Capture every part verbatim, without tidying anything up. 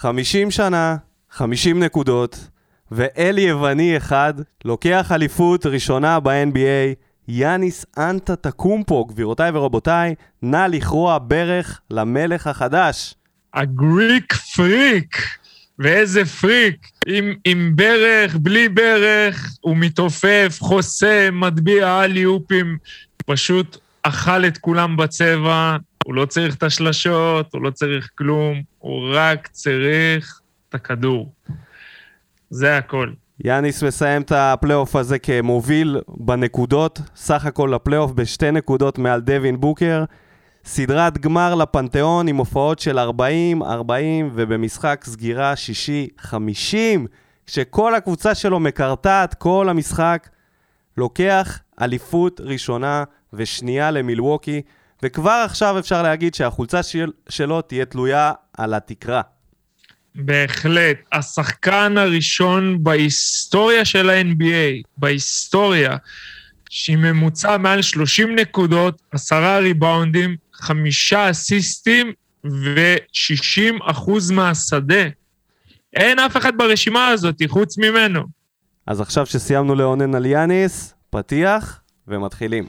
חמישים שנה, חמישים נקודות, ואל יווני אחד לוקח אליפות ראשונה ב-אן בי איי, יאניס אנטטוקומפו. גבירותיי ורבותיי, נא לכרוע ברך למלך החדש. הגריק פריק, ואיזה פריק, עם, עם ברך, בלי ברך, הוא מתעופף, חוסה, מטביע אליופים, פשוט אכל את כולם בצבע, הוא לא צריך את השלשות, הוא לא צריך כלום, הוא רק צריך את הכדור. זה הכל. יאניס מסיים את הפלייאוף הזה כמוביל בנקודות, סך הכל לפלייאוף בשתי נקודות מעל דווין בוקר, סדרת גמר לפנתיאון עם הופעות של ארבעים ארבעים ובמשחק סגירה שישי חמישים, כשכל הקבוצה שלו מקרטעת כל המשחק, לוקח אליפות ראשונה ושנייה למילווקי, וכבר עכשיו אפשר להגיד שהחולצה של, שלו תהיה תלויה על התקרה. בהחלט, השחקן הראשון בהיסטוריה של ה-אן בי איי, בהיסטוריה, שהיא ממוצע מעל שלושים נקודות, עשרה ריבאונדים, חמישה אסיסטים ו-שישים אחוז מהשדה. אין אף אחד ברשימה הזאת, חוץ ממנו. אז עכשיו שסיימנו לעונן על יאניס, פתיח ומתחילים.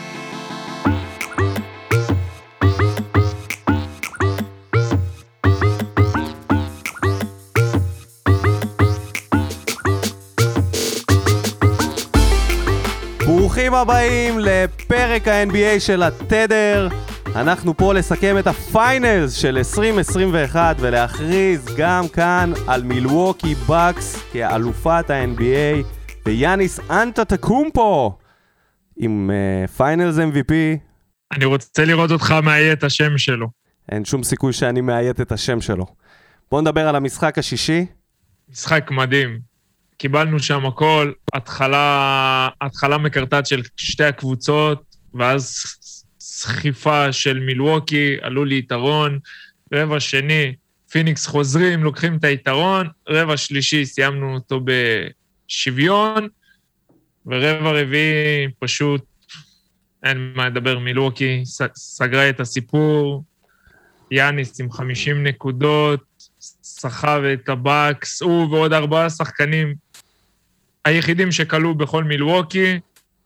ברוכים הבאים לפרק ה-אן בי איי של התדר. אנחנו פה לסכם את הפיינלס של עשרים עשרים ואחת ולהכריז גם כאן על מילווקי בקס כאלופת ה-אן בי איי ויאניס אנטטוקומפו עם uh, פיינלס אם וי פי. אני רוצה לראות אותך מאיית את השם שלו. אין שום סיכוי שאני מאיית את השם שלו. בואו נדבר על המשחק השישי. משחק מדהים. קיבלנו שם הכל, התחלה, התחלה מקרטט של שתי הקבוצות, ואז סחיפה של מילווקי, עלו לי יתרון, רבע שני, פיניקס חוזרים, לוקחים את היתרון, רבע שלישי סיימנו אותו בשוויון, ורבע רביעי פשוט, אין מה לדבר, מילווקי סגרה את הסיפור, יאניס עם חמישים נקודות, סחב את הבקס, הוא ועוד ארבעה שחקנים, היחידים שקלו בכל מילווקי,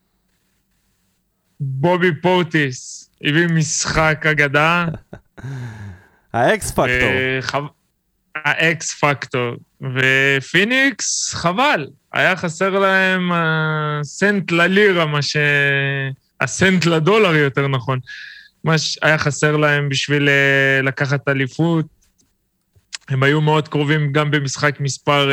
בובי פורטיס, הביא משחק אגדה. האקס פקטור. וח... האקס פקטור. ופיניקס, חבל. היה חסר להם הסנט ללירה, מה ש... הסנט לדולר יותר נכון. מה שהיה חסר להם בשביל לקחת אליפות. הם היו מאוד קרובים גם במשחק מספר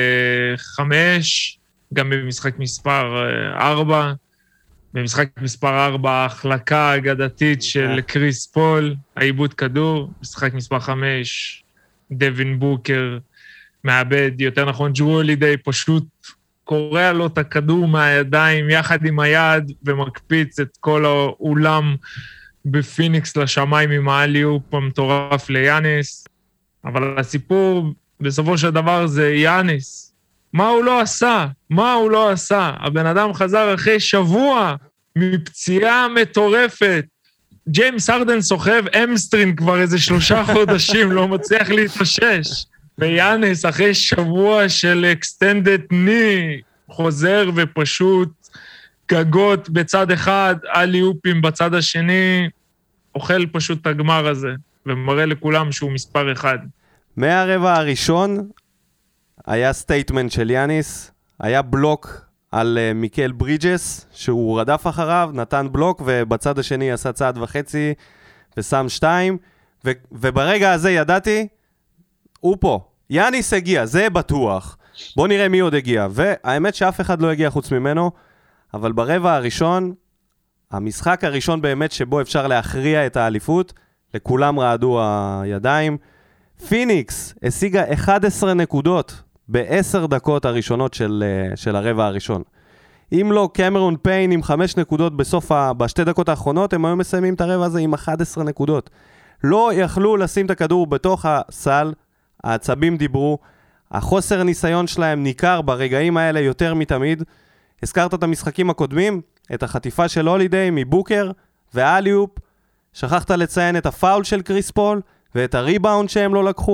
חמש, גם במשחק מספר ארבע. במשחק מספר ארבע, ההחלקה האגדתית של קריס פול, העיבוד כדור, משחק מספר חמש, דווין בוקר מאבד, יותר נכון, ג'רו הולידיי פשוט קורע לו את הכדור מהידיים, יחד עם היד, ומקפיץ את כל האולם בפיניקס לשמיים עם האליופ המטורף ליאניס. אבל הסיפור, בסופו של דבר, זה יאניס. מה הוא לא עשה? מה הוא לא עשה? הבן אדם חזר אחרי שבוע מפציעה מטורפת. ג'יימס הרדן סוחב אמסטרינג כבר איזה שלושה חודשים, לא מצליח להתאושש. ויאניס אחרי שבוע של extended knee חוזר ופשוט גגות בצד אחד, אליופים בצד השני, אוכל פשוט את הגמר הזה, ומראה לכולם שהוא מספר אחד. מהרבע הראשון היה סטייטמנט של יאניס, היה בלוק על uh, מיקל ברידג'ס, שהוא רדף אחריו, נתן בלוק, ובצד השני עשה צעד וחצי, ושם שתיים, ו- וברגע הזה ידעתי, הוא פה. יאניס הגיע, זה בטוח. בוא נראה מי עוד הגיע. והאמת שאף אחד לא הגיע חוץ ממנו, אבל ברבע הראשון, המשחק הראשון באמת שבו אפשר להכריע את האליפות, לכולם רעדו הידיים. פיניקס השיגה אחת עשרה נקודות בעשר דקות הראשונות של, של הרבע הראשון. אם לא, קמרון פיין עם חמש נקודות בסוף, ה, בשתי דקות האחרונות, הם היו מסיימים את הרבע הזה עם אחת עשרה נקודות. לא יכלו לשים את הכדור בתוך הסל, העצבים דיברו, החוסר ניסיון שלהם ניכר ברגעים האלה יותר מתמיד. הזכרת את המשחקים הקודמים, את החטיפה של הולידיי מבוקר והאליופ, שכחת לציין את הפאול של קריס פול, ואת הריבאונד שהם לא לקחו,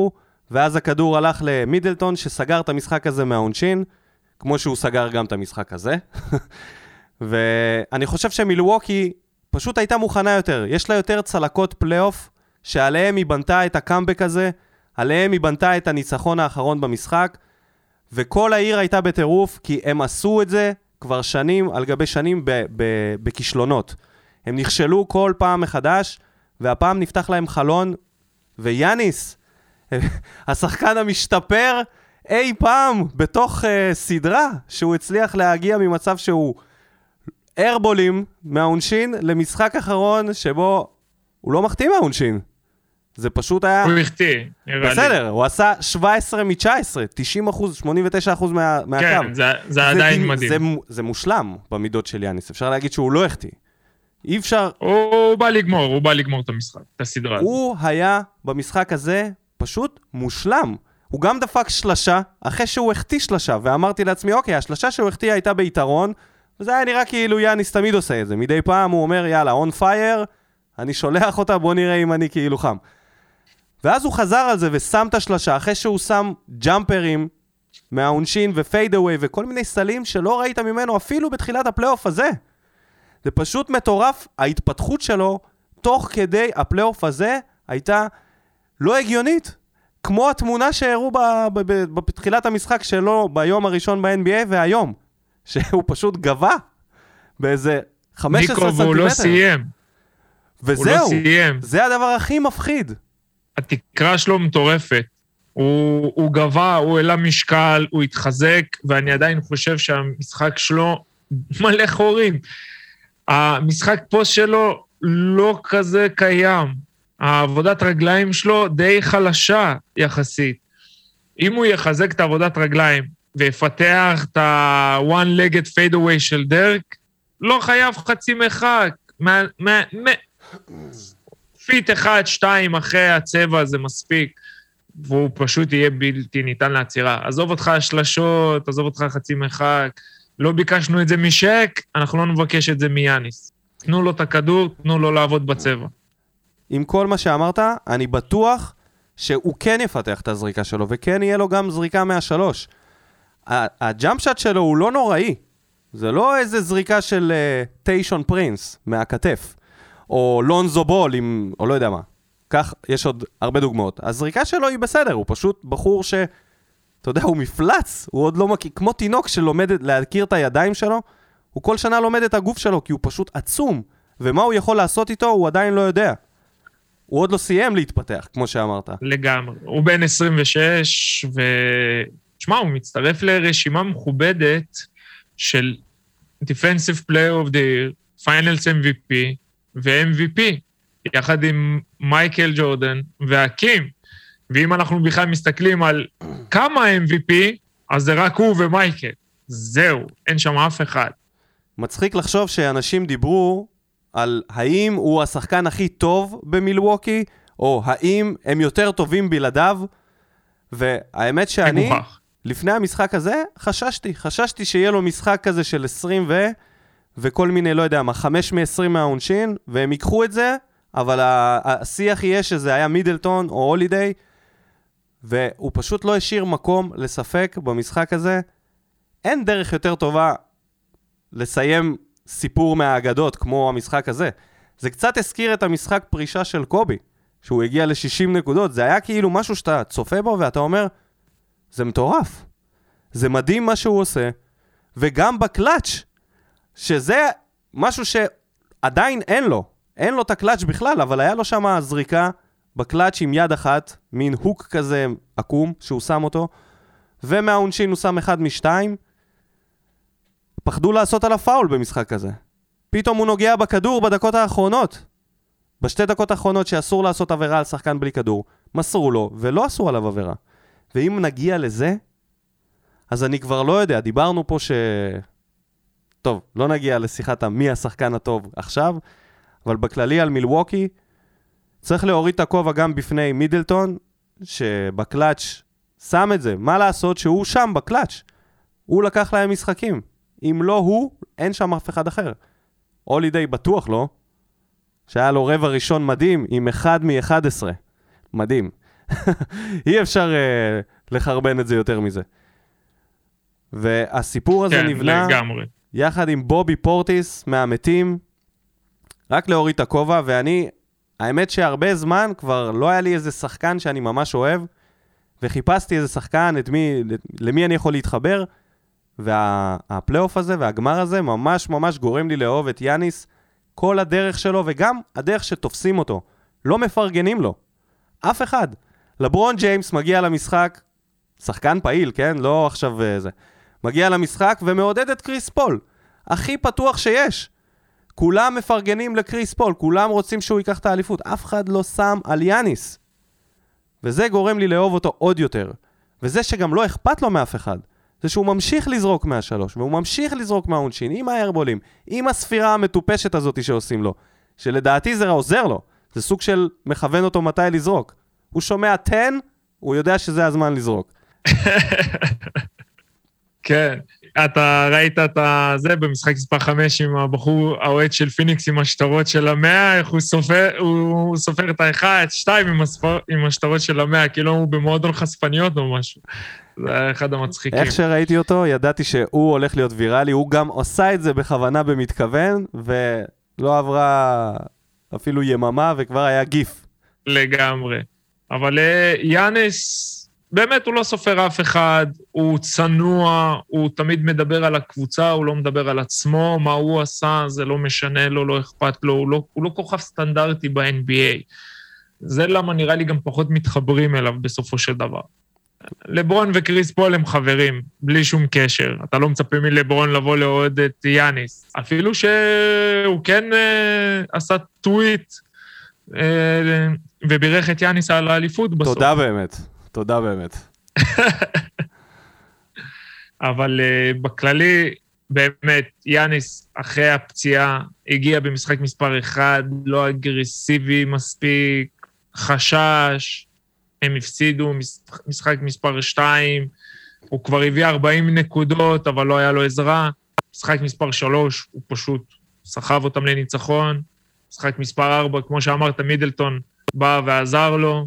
ואז הכדור הלך למידלטון, שסגר את המשחק הזה מהעונשין, כמו שהוא סגר גם את המשחק הזה. ואני חושב שמילווקי פשוט הייתה מוכנה יותר. יש לה יותר צלקות פלייאוף, שעליהם היא בנתה את הקאמבק הזה, עליהם היא בנתה את הניצחון האחרון במשחק, וכל העיר הייתה בטירוף, כי הם עשו את זה כבר שנים על גבי שנים ב- ב- בכישלונות. הם נכשלו כל פעם מחדש, והפעם נפתח להם חלון, ויאניס, השחקן המשתפר אי פעם בתוך uh, סדרה, שהוא הצליח להגיע ממצב שהוא ארבולים מהעונשין למשחק אחרון שבו הוא לא מחטיא מהעונשין. זה פשוט היה... הוא החטיא, נראה לי. בסדר, הוא עשה שבע עשרה מתשע עשרה, תשעים אחוז, שמונים ותשע אחוז מה, מהקו. כן, זה, זה עדיין זה, מדהים. זה, זה מושלם במידות של יאניס. אפשר להגיד שהוא לא החטיא. אי אפשר... הוא בא לגמור, הוא בא לגמור את המשחק, את הסדרה הזאת. הוא היה במשחק הזה פשוט מושלם. הוא גם דפק שלשה, אחרי שהוא החטיא שלשה, ואמרתי לעצמי, אוקיי, השלשה שהוא החטיא הייתה ביתרון, וזה היה נראה כאילו יאניס תמיד עושה את זה. מדי פעם הוא אומר, יאללה, on fire, אני שולח אותה, בוא נראה אם אני כאילו חם. ואז הוא חזר על זה ושם את השלשה, אחרי שהוא שם ג'אמפרים מהעונשין ופייד אווי וכל מיני סלים שלא ראית ממנו אפילו בתחילת הפלייאוף הזה. זה פשוט מטורף, ההתפתחות שלו תוך כדי הפלייאוף הזה הייתה לא הגיונית. כמו התמונה שהראו בתחילת המשחק שלו ביום הראשון ב-אן בי איי והיום. שהוא פשוט גבה באיזה חמש עשרה סנטימטר. ניקו, והוא לא סיים. וזהו, הוא לא סיים. זה הדבר הכי מפחיד. התקרה שלו מטורפת. הוא, הוא גבה, הוא העלה משקל, הוא התחזק, ואני עדיין חושב שהמשחק שלו מלא חורים. המשחק פוסט שלו לא כזה קיים. העבודת רגליים שלו די חלשה יחסית. אם הוא יחזק את העבודת רגליים ויפתח את ה-one-legged fadeaway של דרק, לא חייב חצי מרחק. מה, מה, מה... פיט אחד, שתיים אחרי הצבע זה מספיק, והוא פשוט יהיה בלתי ניתן לעצירה. עזוב אותך השלשות, עזוב אותך חצי מרחק, לא ביקשנו את זה משק, אנחנו לא נבקש את זה מיאניס. תנו לו את הכדור, תנו לו לעבוד בצבע. עם כל מה שאמרת, אני בטוח שהוא כן יפתח את הזריקה שלו, וכן יהיה לו גם זריקה מהשלוש. הג'אמפ שאט שלו הוא לא נוראי. זה לא איזה זריקה של uh, טיישון פרינס מהכתף, או לונזו בול, עם, או לא יודע מה. כך יש עוד הרבה דוגמאות. הזריקה שלו היא בסדר, הוא פשוט בחור ש... אתה יודע, הוא מפלץ, הוא עוד לא מכיר, כמו תינוק שלומד להכיר את הידיים שלו, הוא כל שנה לומד את הגוף שלו, כי הוא פשוט עצום, ומה הוא יכול לעשות איתו, הוא עדיין לא יודע. הוא עוד לא סיים להתפתח, כמו שאמרת. לגמרי. הוא בן עשרים ושש, ו... תשמע, הוא מצטרף לרשימה מכובדת של Defensive Player of the Year, Finals אם וי פי ו-אם וי פי, יחד עם מייקל ג'ורדן והקים. ואם אנחנו בכלל מסתכלים על כמה אם וי פי, אז זה רק הוא ומייקל. זהו, אין שם אף אחד. מצחיק לחשוב שאנשים דיברו על האם הוא השחקן הכי טוב במילווקי, או האם הם יותר טובים בלעדיו, והאמת שאני, לפני המשחק הזה, חששתי, חששתי שיהיה לו משחק כזה של עשרים ו... וכל מיני, לא יודע מה, חמש מ-עשרים מהעונשין, והם ייקחו את זה, אבל השיח יהיה שזה היה מידלטון או הולידיי, והוא פשוט לא השאיר מקום לספק במשחק הזה. אין דרך יותר טובה לסיים סיפור מהאגדות כמו המשחק הזה. זה קצת הזכיר את המשחק פרישה של קובי, שהוא הגיע ל-שישים נקודות. זה היה כאילו משהו שאתה צופה בו ואתה אומר, זה מטורף. זה מדהים מה שהוא עושה. וגם בקלאץ', שזה משהו שעדיין אין לו. אין לו את הקלאץ' בכלל, אבל היה לו שם זריקה בקלאץ' עם יד אחת, מין הוק כזה עקום שהוא שם אותו, ומהעונשין הוא שם אחד משתיים. פחדו לעשות על הפאול במשחק הזה. פתאום הוא נוגע בכדור בדקות האחרונות. בשתי דקות האחרונות שאסור לעשות עבירה על שחקן בלי כדור, מסרו לו ולא עשו עליו עבירה. ואם נגיע לזה, אז אני כבר לא יודע, דיברנו פה ש... טוב, לא נגיע לשיחת מי השחקן הטוב עכשיו, אבל בכללי על מילווקי, צריך להוריד את הכובע גם בפני מידלטון, שבקלאץ' שם את זה. מה לעשות שהוא שם בקלאץ'? הוא לקח להם משחקים. אם לא הוא, אין שם אף אחד אחר. הולידיי בטוח לא, שהיה לו רבע ראשון מדהים עם אחד מ-אחד עשרה. מדהים. אי אפשר uh, לחרבן את זה יותר מזה. והסיפור הזה כן, נבנה לגמרי. יחד עם בובי פורטיס מהמתים, רק להוריד את הכובע, ואני, האמת שהרבה זמן כבר לא היה לי איזה שחקן שאני ממש אוהב, וחיפשתי איזה שחקן, את מי, למי אני יכול להתחבר, והפלייאוף הזה והגמר הזה ממש ממש גורם לי לאהוב את יאניס, כל הדרך שלו, וגם הדרך שתופסים אותו. לא מפרגנים לו. אף אחד. לברון ג'יימס מגיע למשחק, שחקן פעיל, כן? לא עכשיו זה. מגיע למשחק ומעודד את קריס פול. הכי פתוח שיש. כולם מפרגנים לקריס פול, כולם רוצים שהוא ייקח את האליפות. אף אחד לא שם על יאניס. וזה גורם לי לאהוב אותו עוד יותר. וזה שגם לא אכפת לו מאף אחד. זה שהוא ממשיך לזרוק מהשלוש, והוא ממשיך לזרוק מהעונשין, עם האיירבולים, עם הספירה המטופשת הזאת שעושים לו, שלדעתי זה עוזר לו, זה סוג של מכוון אותו מתי לזרוק. הוא שומע עשר, הוא יודע שזה הזמן לזרוק. כן, אתה ראית את זה במשחק מספר חמש עם הבחור האוהד של פיניקס עם השטרות של המאה, איך הוא סופר, הוא סופר את האחד, שתיים עם, הספר, עם השטרות של המאה, כאילו הוא במועדון חשפניות או משהו. זה אחד המצחיקים. איך שראיתי אותו, ידעתי שהוא הולך להיות ויראלי, הוא גם עושה את זה בכוונה במתכוון, ולא עברה אפילו יממה, וכבר היה גיף. לגמרי. אבל יאניס, באמת הוא לא סופר אף אחד, הוא צנוע, הוא תמיד מדבר על הקבוצה, הוא לא מדבר על עצמו, מה הוא עשה, זה לא משנה לו, לא אכפת לו, הוא לא, הוא לא כוכב סטנדרטי ב-אן בי איי. זה למה נראה לי גם פחות מתחברים אליו בסופו של דבר. לברון וקריס פול הם חברים, בלי שום קשר. אתה לא מצפה מלברון לבוא לעוד את יאניס. אפילו שהוא כן אה, עשה טוויט אה, ובירך את יאניס על האליפות בסוף. תודה באמת, תודה באמת. אבל אה, בכללי, באמת, יאניס אחרי הפציעה הגיע במשחק מספר אחד, לא אגרסיבי מספיק, חשש, הם הפסידו, משחק מספר שתיים, הוא כבר הביא ארבעים נקודות, אבל לא היה לו עזרה. משחק מספר שלוש, הוא פשוט סחב אותם לניצחון. משחק מספר ארבע, כמו שאמרת, מידלטון בא ועזר לו.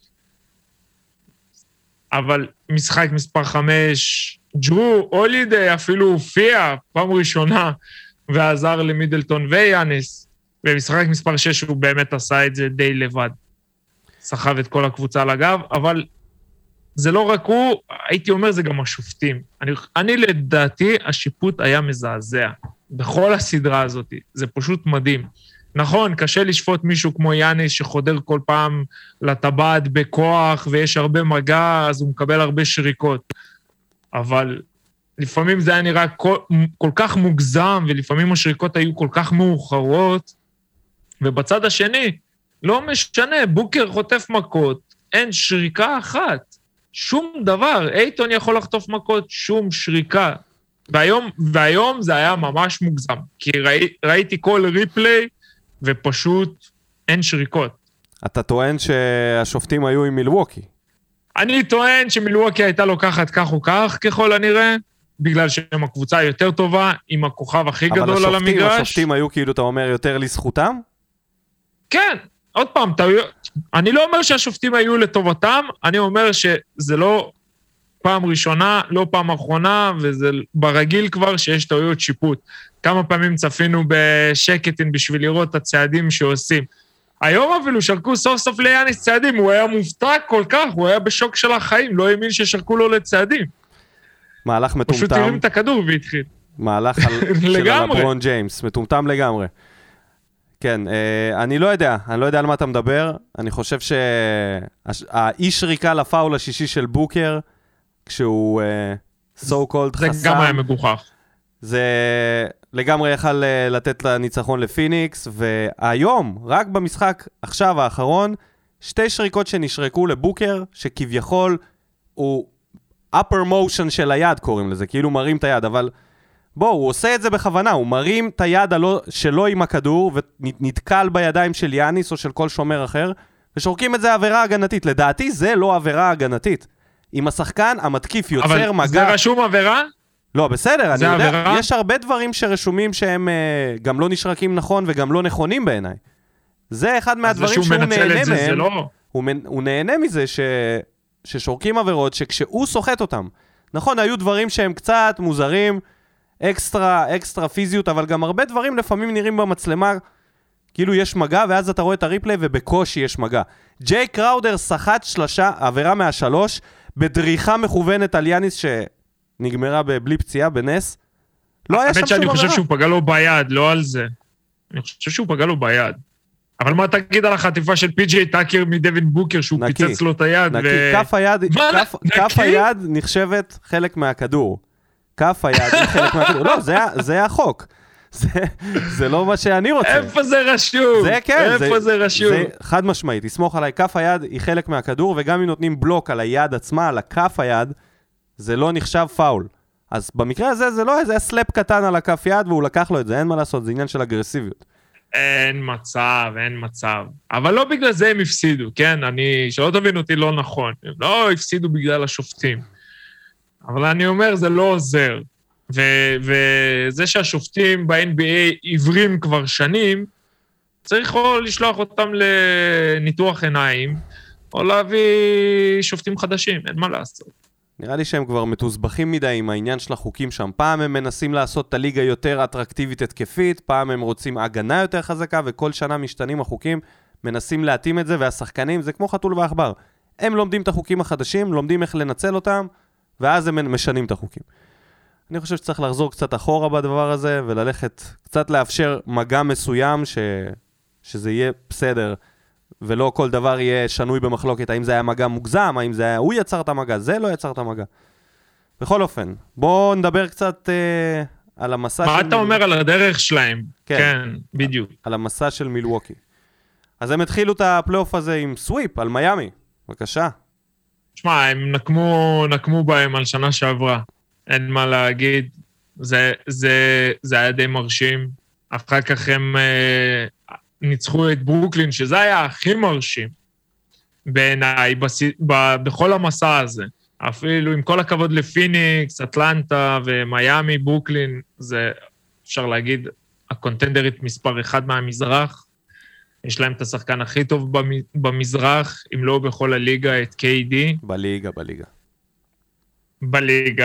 אבל משחק מספר חמש, ג'רו, הולידיי אפילו הופיע פעם ראשונה, ועזר למידלטון ויאניס. במשחק מספר שש הוא באמת עשה את זה די לבד. סחב את כל הקבוצה על הגב, אבל זה לא רק הוא, הייתי אומר, זה גם השופטים. אני, אני לדעתי, השיפוט היה מזעזע, בכל הסדרה הזאת, זה פשוט מדהים. נכון, קשה לשפוט מישהו כמו יאניס, שחודר כל פעם לטבעת בכוח, ויש הרבה מגע, אז הוא מקבל הרבה שריקות. אבל לפעמים זה היה נראה כל, כל כך מוגזם, ולפעמים השריקות היו כל כך מאוחרות, ובצד השני, לא משנה, בוקר חוטף מכות, אין שריקה אחת, שום דבר, אייטון יכול לחטוף מכות, שום שריקה. והיום, והיום זה היה ממש מוגזם, כי ראי, ראיתי כל ריפליי, ופשוט אין שריקות. אתה טוען שהשופטים היו עם מילווקי? אני טוען שמילווקי הייתה לוקחת כך או כך, ככל הנראה, בגלל שהם הקבוצה היותר טובה, עם הכוכב הכי גדול השופטים, על המגרש. אבל השופטים היו, כאילו אתה אומר, יותר לזכותם? כן. עוד פעם, אני לא אומר שהשופטים היו לטובתם, אני אומר שזה לא פעם ראשונה, לא פעם אחרונה, וזה ברגיל כבר שיש טעויות שיפוט. כמה פעמים צפינו בשקטין בשביל לראות את הצעדים שעושים. היום אפילו שרקו סוף סוף ליאניס צעדים, הוא היה מופתע כל כך, הוא היה בשוק של החיים, לא האמין ששרקו לו לצעדים. מהלך מטומטם. פשוט הרים את הכדור והתחיל. מהלך של הברון ג'יימס, מטומטם לגמרי. כן, אני לא יודע, אני לא יודע על מה אתה מדבר, אני חושב שהאי שריקה לפאול השישי של בוקר, כשהוא so called חסם. זה גם היה מגוחך. זה לגמרי יכל לתת לניצחון לפיניקס, והיום, רק במשחק עכשיו האחרון, שתי שריקות שנשרקו לבוקר, שכביכול הוא upper motion של היד קוראים לזה, כאילו מרים את היד, אבל בוא, הוא עושה את זה בכוונה, הוא מרים את היד שלו עם הכדור, ונתקל בידיים של יאניס או של כל שומר אחר, ושורקים את זה עבירה הגנתית. לדעתי זה לא עבירה הגנתית. אם השחקן, המתקיף יוצר מגע... אבל זה רשום עבירה? לא, בסדר, אני יודע, עבירה? יש הרבה דברים שרשומים שהם uh, גם לא נשרקים נכון וגם לא נכונים בעיניי. זה אחד מהדברים שהוא נהנה מהם. לא. הוא, הוא נהנה מזה ש, ששורקים עבירות שכשהוא סוחט אותם. נכון, היו דברים שהם קצת מוזרים, אקסטרה, אקסטרה פיזיות, אבל גם הרבה דברים לפעמים נראים במצלמה, כאילו יש מגע, ואז אתה רואה את הריפלי ובקושי יש מגע. ג'יי קראודר שחט שלושה, עבירה מהשלוש, בדריכה מכוונת על יאניס שנגמרה בלי פציעה, בנס. לא היה שם שום עבירה. האמת שאני חושב שהוא פגע לו ביד, לא על זה. אני חושב שהוא פגע לו ביד. אבל מה תגיד על החטיפה של פי.ג'יי טאקר מדווין בוקר, שהוא נקי, פיצץ לו את היד? נקי, ו... כף היד, כף, כף היד נחשבת חלק מהכדור. כף היד היא חלק מהכדור. לא, זה, זה החוק. זה, זה לא מה שאני רוצה. איפה זה רשום? זה כן. איפה זה, זה רשום? זה חד משמעית. תסמוך עליי, כף היד היא חלק מהכדור, וגם אם נותנים בלוק על היד עצמה, על הכף היד, זה לא נחשב פאול. אז במקרה הזה זה לא איזה סלאפ קטן על הכף יד, והוא לקח לו את זה, אין מה לעשות, זה עניין של אגרסיביות. אין מצב, אין מצב. אבל לא בגלל זה הם הפסידו, כן? אני, שלא תבין אותי לא נכון. הם לא הפסידו בגלל השופטים. אבל אני אומר, זה לא עוזר. ו- וזה שהשופטים ב-אן בי איי עיוורים כבר שנים, צריך או לשלוח אותם לניתוח עיניים, או להביא שופטים חדשים, אין מה לעשות. נראה לי שהם כבר מתוסבכים מדי עם העניין של החוקים שם. פעם הם מנסים לעשות את הליגה יותר אטרקטיבית התקפית, פעם הם רוצים הגנה יותר חזקה, וכל שנה משתנים החוקים, מנסים להתאים את זה, והשחקנים זה כמו חתול ועכבר. הם לומדים את החוקים החדשים, לומדים איך לנצל אותם, ואז הם משנים את החוקים. אני חושב שצריך לחזור קצת אחורה בדבר הזה, וללכת קצת לאפשר מגע מסוים, ש... שזה יהיה בסדר, ולא כל דבר יהיה שנוי במחלוקת, האם זה היה מגע מוגזם, האם זה היה, הוא יצר את המגע, זה לא יצר את המגע. בכל אופן, בואו נדבר קצת אה, על המסע מה של... מה אתה אומר על הדרך שלהם? כן, כן, בדיוק. על המסע של מילווקי. אז הם התחילו את הפלייאוף הזה עם סוויפ על מיאמי, בבקשה. תשמע, הם נקמו, נקמו בהם על שנה שעברה. אין מה להגיד, זה, זה, זה היה די מרשים. אחר כך הם אה, ניצחו את ברוקלין, שזה היה הכי מרשים בעיניי, בס... ב... בכל המסע הזה. אפילו עם כל הכבוד לפיניקס, אטלנטה ומיימי, ברוקלין, זה אפשר להגיד, הקונטנדרית מספר אחד מהמזרח. יש להם את השחקן הכי טוב במזרח, אם לא בכל הליגה, את קיי די. בליגה, בליגה. בליגה.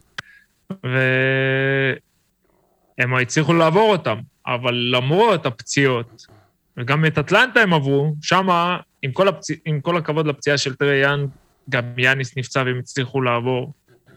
והם הצליחו לעבור אותם, אבל למרות הפציעות, וגם את אטלנטה הם עברו, שמה, עם כל, הפצ... עם כל הכבוד לפציעה של טרי יאנג, גם יאניס נפצע והם הצליחו לעבור.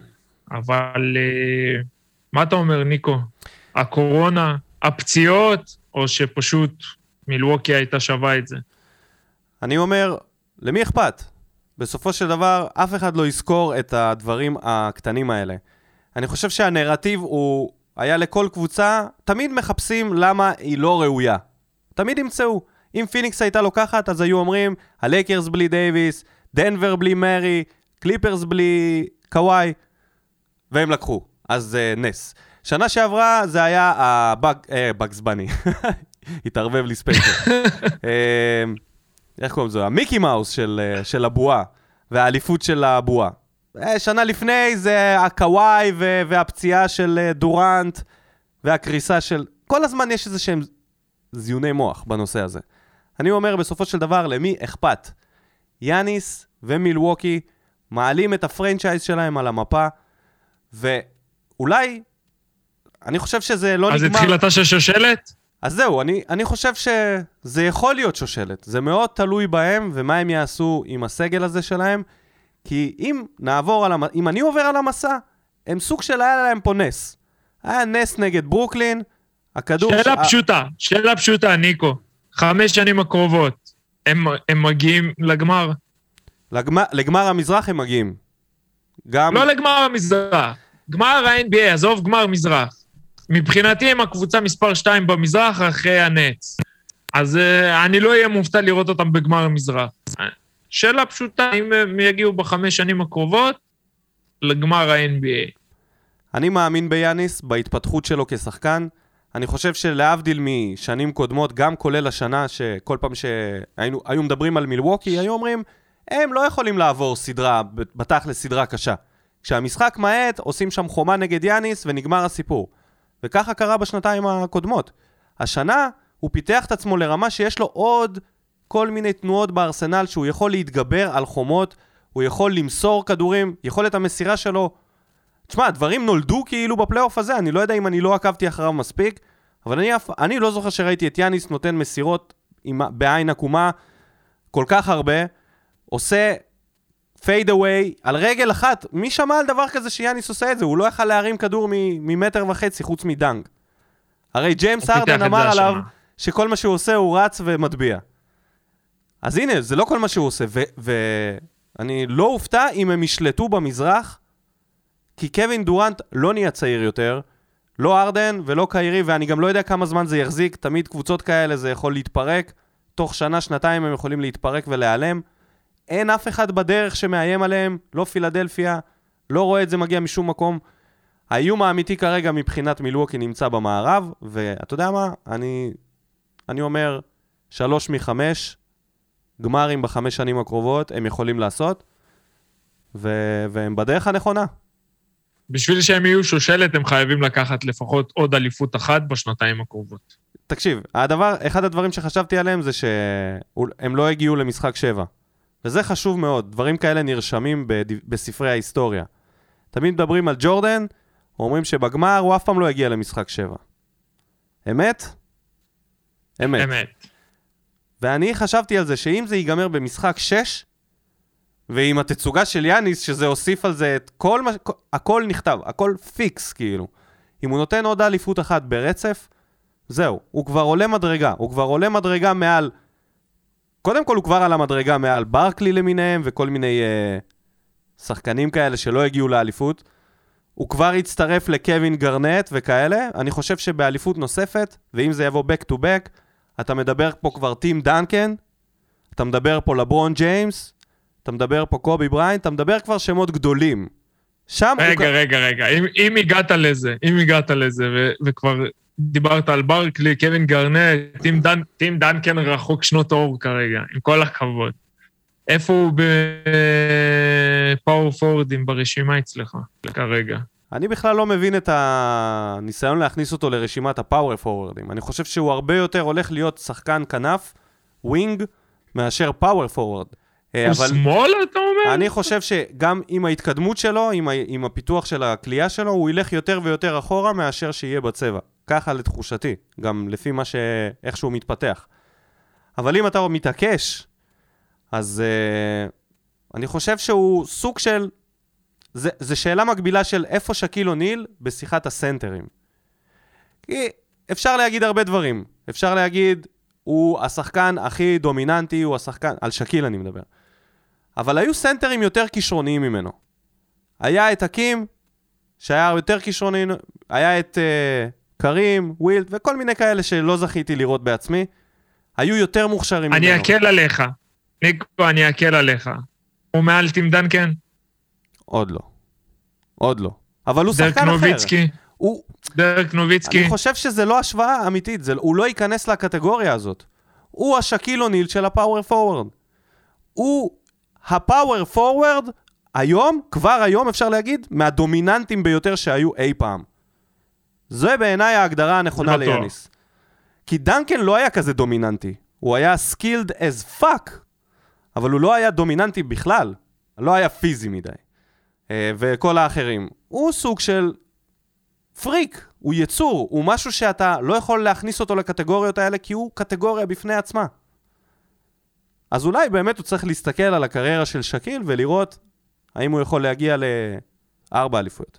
אבל מה אתה אומר, ניקו? הקורונה, הפציעות, או שפשוט מילווקי הייתה שווה את זה? אני אומר, למי אכפת? בסופו של דבר, אף אחד לא יזכור את הדברים הקטנים האלה. אני חושב שהנרטיב הוא היה לכל קבוצה, תמיד מחפשים למה היא לא ראויה. תמיד ימצאו. אם פיניקס הייתה לוקחת, אז היו אומרים, הלייקרס בלי דייביס, דנבר בלי מרי, קליפרס בלי קוואי, והם לקחו. אז uh, נס. שנה שעברה זה היה הבאג, אה, בגס בני. התערבב לי ספייסר. אה, איך קוראים זה? המיקי מאוס של, של הבועה, והאליפות של הבועה. שנה לפני זה הקוואי והפציעה של דורנט, והקריסה של... כל הזמן יש איזה שהם זיוני מוח בנושא הזה. אני אומר בסופו של דבר, למי אכפת? יאניס ומילווקי מעלים את הפרנצ'ייז שלהם על המפה, ואולי, אני חושב שזה לא אז נגמר... אז התחילתה של שושלת? אז זהו, אני, אני חושב שזה יכול להיות שושלת. זה מאוד תלוי בהם, ומה הם יעשו עם הסגל הזה שלהם, כי אם נעבור על המסע, אם אני עובר על המסע, הם סוג של היה להם פה נס. היה נס נגד ברוקלין, הכדור... שאלה ש... פשוטה, שאלה פשוטה, ניקו. חמש שנים הקרובות, הם, הם מגיעים לגמר? לגמר, לגמר המזרח הם מגיעים. גם... לא לגמר המזרח. גמר ה-אן בי איי, עזוב גמר מזרח. מבחינתי הם הקבוצה מספר שתיים במזרח אחרי הנץ. אז uh, אני לא אהיה מופתע לראות אותם בגמר המזרח. שאלה פשוטה, אם הם יגיעו בחמש שנים הקרובות, לגמר ה-אן בי איי. אני מאמין ביאניס, בהתפתחות שלו כשחקן. אני חושב שלהבדיל משנים קודמות, גם כולל השנה, שכל פעם שהיינו היו מדברים על מילווקי, היו אומרים, הם לא יכולים לעבור סדרה, בטח לסדרה קשה. כשהמשחק מעט, עושים שם חומה נגד יאניס ונגמר הסיפור. וככה קרה בשנתיים הקודמות. השנה הוא פיתח את עצמו לרמה שיש לו עוד כל מיני תנועות בארסנל שהוא יכול להתגבר על חומות, הוא יכול למסור כדורים, יכולת המסירה שלו. תשמע, דברים נולדו כאילו בפלייאוף הזה, אני לא יודע אם אני לא עקבתי אחריו מספיק, אבל אני, אני לא זוכר שראיתי את יאניס נותן מסירות עם, בעין עקומה כל כך הרבה, עושה פייד אווי על רגל אחת. מי שמע על דבר כזה שיאניס עושה את זה? הוא לא יכל להרים כדור ממטר וחצי חוץ מדנק. הרי ג'יימס ארדן אמר עליו שכל מה שהוא עושה הוא רץ ומטביע. אז הנה, זה לא כל מה שהוא עושה, ואני לא אופתע אם הם ישלטו במזרח, כי קווין דורנט לא נהיה צעיר יותר, לא ארדן ולא קיירי, ואני גם לא יודע כמה זמן זה יחזיק, תמיד קבוצות כאלה זה יכול להתפרק, תוך שנה, שנתיים הם יכולים להתפרק ולהיעלם, אין אף אחד בדרך שמאיים עליהם, לא פילדלפיה, לא רואה את זה מגיע משום מקום, האיום האמיתי כרגע מבחינת מילווקי נמצא במערב, ואתה יודע מה? אני, אני אומר, שלוש מחמש, גמרים בחמש שנים הקרובות, הם יכולים לעשות, ו- והם בדרך הנכונה. בשביל שהם יהיו שושלת, הם חייבים לקחת לפחות עוד אליפות אחת בשנתיים הקרובות. תקשיב, הדבר, אחד הדברים שחשבתי עליהם זה שהם לא הגיעו למשחק שבע. וזה חשוב מאוד. דברים כאלה נרשמים בד- בספרי ההיסטוריה. תמיד מדברים על ג'ורדן, אומרים שבגמר הוא אף פעם לא הגיע למשחק שבע. אמת? אמת. אמת. ואני חשבתי על זה שאם זה ייגמר במשחק שש, ועם התצוגה של יאניס, שזה הוסיף על זה את כל מה, הכל נכתב, הכל פיקס כאילו. אם הוא נותן עוד אליפות אחת ברצף, זהו, הוא כבר עולה מדרגה, הוא כבר עולה מדרגה מעל, קודם כל הוא כבר על המדרגה מעל ברקלי למיניהם, וכל מיני אה, שחקנים כאלה שלא הגיעו לאליפות, הוא כבר הצטרף לקווין גרנט וכאלה, אני חושב שבאליפות נוספת, ואם זה יבוא back to back, אתה מדבר פה כבר טים דנקן, אתה מדבר פה לברון ג'יימס, אתה מדבר פה קובי בריינט, אתה מדבר כבר שמות גדולים. שם רגע, הוא... רגע, רגע, אם, אם הגעת לזה, אם הגעת לזה, ו, וכבר דיברת על ברקלי, קווין גרנט, טים, דנ, טים דנקן רחוק שנות אור כרגע, עם כל הכבוד. איפה הוא בפאור פורדים ברשימה אצלך כרגע? אני בכלל לא מבין את הניסיון להכניס אותו לרשימת הפאוור פורורדים. אני חושב שהוא הרבה יותר הולך להיות שחקן כנף, ווינג, מאשר פאוור פורוורד. הוא אבל... שמאל, אתה אומר? אני חושב שגם עם ההתקדמות שלו, עם, ה... עם הפיתוח של הכלייה שלו, הוא ילך יותר ויותר אחורה מאשר שיהיה בצבע. ככה לתחושתי, גם לפי מה ש... איך שהוא מתפתח. אבל אם אתה מתעקש, אז uh, אני חושב שהוא סוג של... זה, זה שאלה מקבילה של איפה שקיל אוניל בשיחת הסנטרים. כי אפשר להגיד הרבה דברים. אפשר להגיד, הוא השחקן הכי דומיננטי, הוא השחקן... על שקיל אני מדבר. אבל היו סנטרים יותר כישרוניים ממנו. היה את הקים, שהיה יותר כישרוני, היה את uh, קרים, ווילד, וכל מיני כאלה שלא זכיתי לראות בעצמי. היו יותר מוכשרים ממנו. אני אקל עליך. ניקו, אני אקל עליך. הוא מעל טים דנקן? עוד לא. עוד לא. אבל הוא שחקן אחר. דרק נוביצקי. הוא... דרק נוביצקי. אני חושב שזה לא השוואה אמיתית. זה... הוא לא ייכנס לקטגוריה הזאת. הוא השקיל אוניל של הפאוור פורוורד. הוא הפאוור פורוורד היום, כבר היום אפשר להגיד, מהדומיננטים ביותר שהיו אי פעם. זה בעיניי ההגדרה הנכונה ליאניס. כי דנקן לא היה כזה דומיננטי. הוא היה skilled as fuck. אבל הוא לא היה דומיננטי בכלל. לא היה פיזי מדי. וכל האחרים. הוא סוג של פריק. הוא יצור. הוא משהו שאתה לא יכול להכניס אותו לקטגוריות האלה, כי הוא קטגוריה בפני עצמה. אז אולי באמת הוא צריך להסתכל על הקריירה של שקיל, ולראות האם הוא יכול להגיע לארבע אליפויות.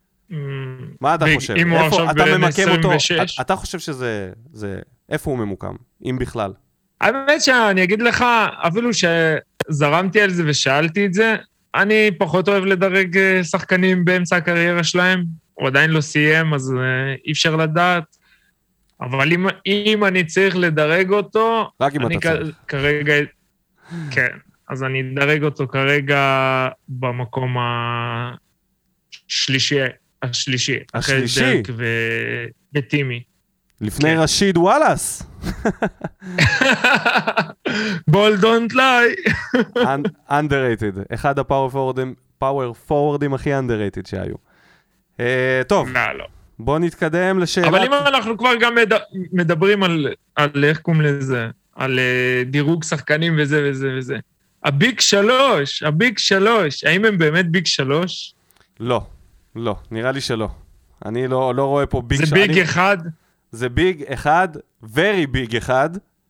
מה אתה חושב? איפה אתה ממקם אותו? אתה חושב שזה... איפה הוא ממוקם? אם בכלל. האמת שאני אגיד לך, אפילו שזרמתי על זה ושאלתי את זה, אני פחות אוהב לדרג שחקנים באמצע הקריירה שלהם. הוא עדיין לא סיים, אז אי אפשר לדעת. אבל אם, אם אני צריך לדרג אותו... רק אם אתה צריך. כרגע... כן, אז אני אדרג אותו כרגע במקום השלישי. השלישי. השלישי? ו... וטימי. לפני כן. רשיד וואלאס. בול דונט ליי. underrated. אחד הפאוור פורורדים, פאוור פורורדים הכי underrated שהיו. Uh, טוב. לא, לא. בוא נתקדם לשאלת... אבל אם אנחנו כבר גם מדברים על, על איך קום לזה, על דירוג שחקנים וזה וזה וזה. הביג שלוש, הביג שלוש, האם הם באמת ביג שלוש? לא, לא, נראה לי שלא. אני לא, לא רואה פה ביג שלוש. זה ביג אני... אחד? זה ביג אחד, very ביג אחד,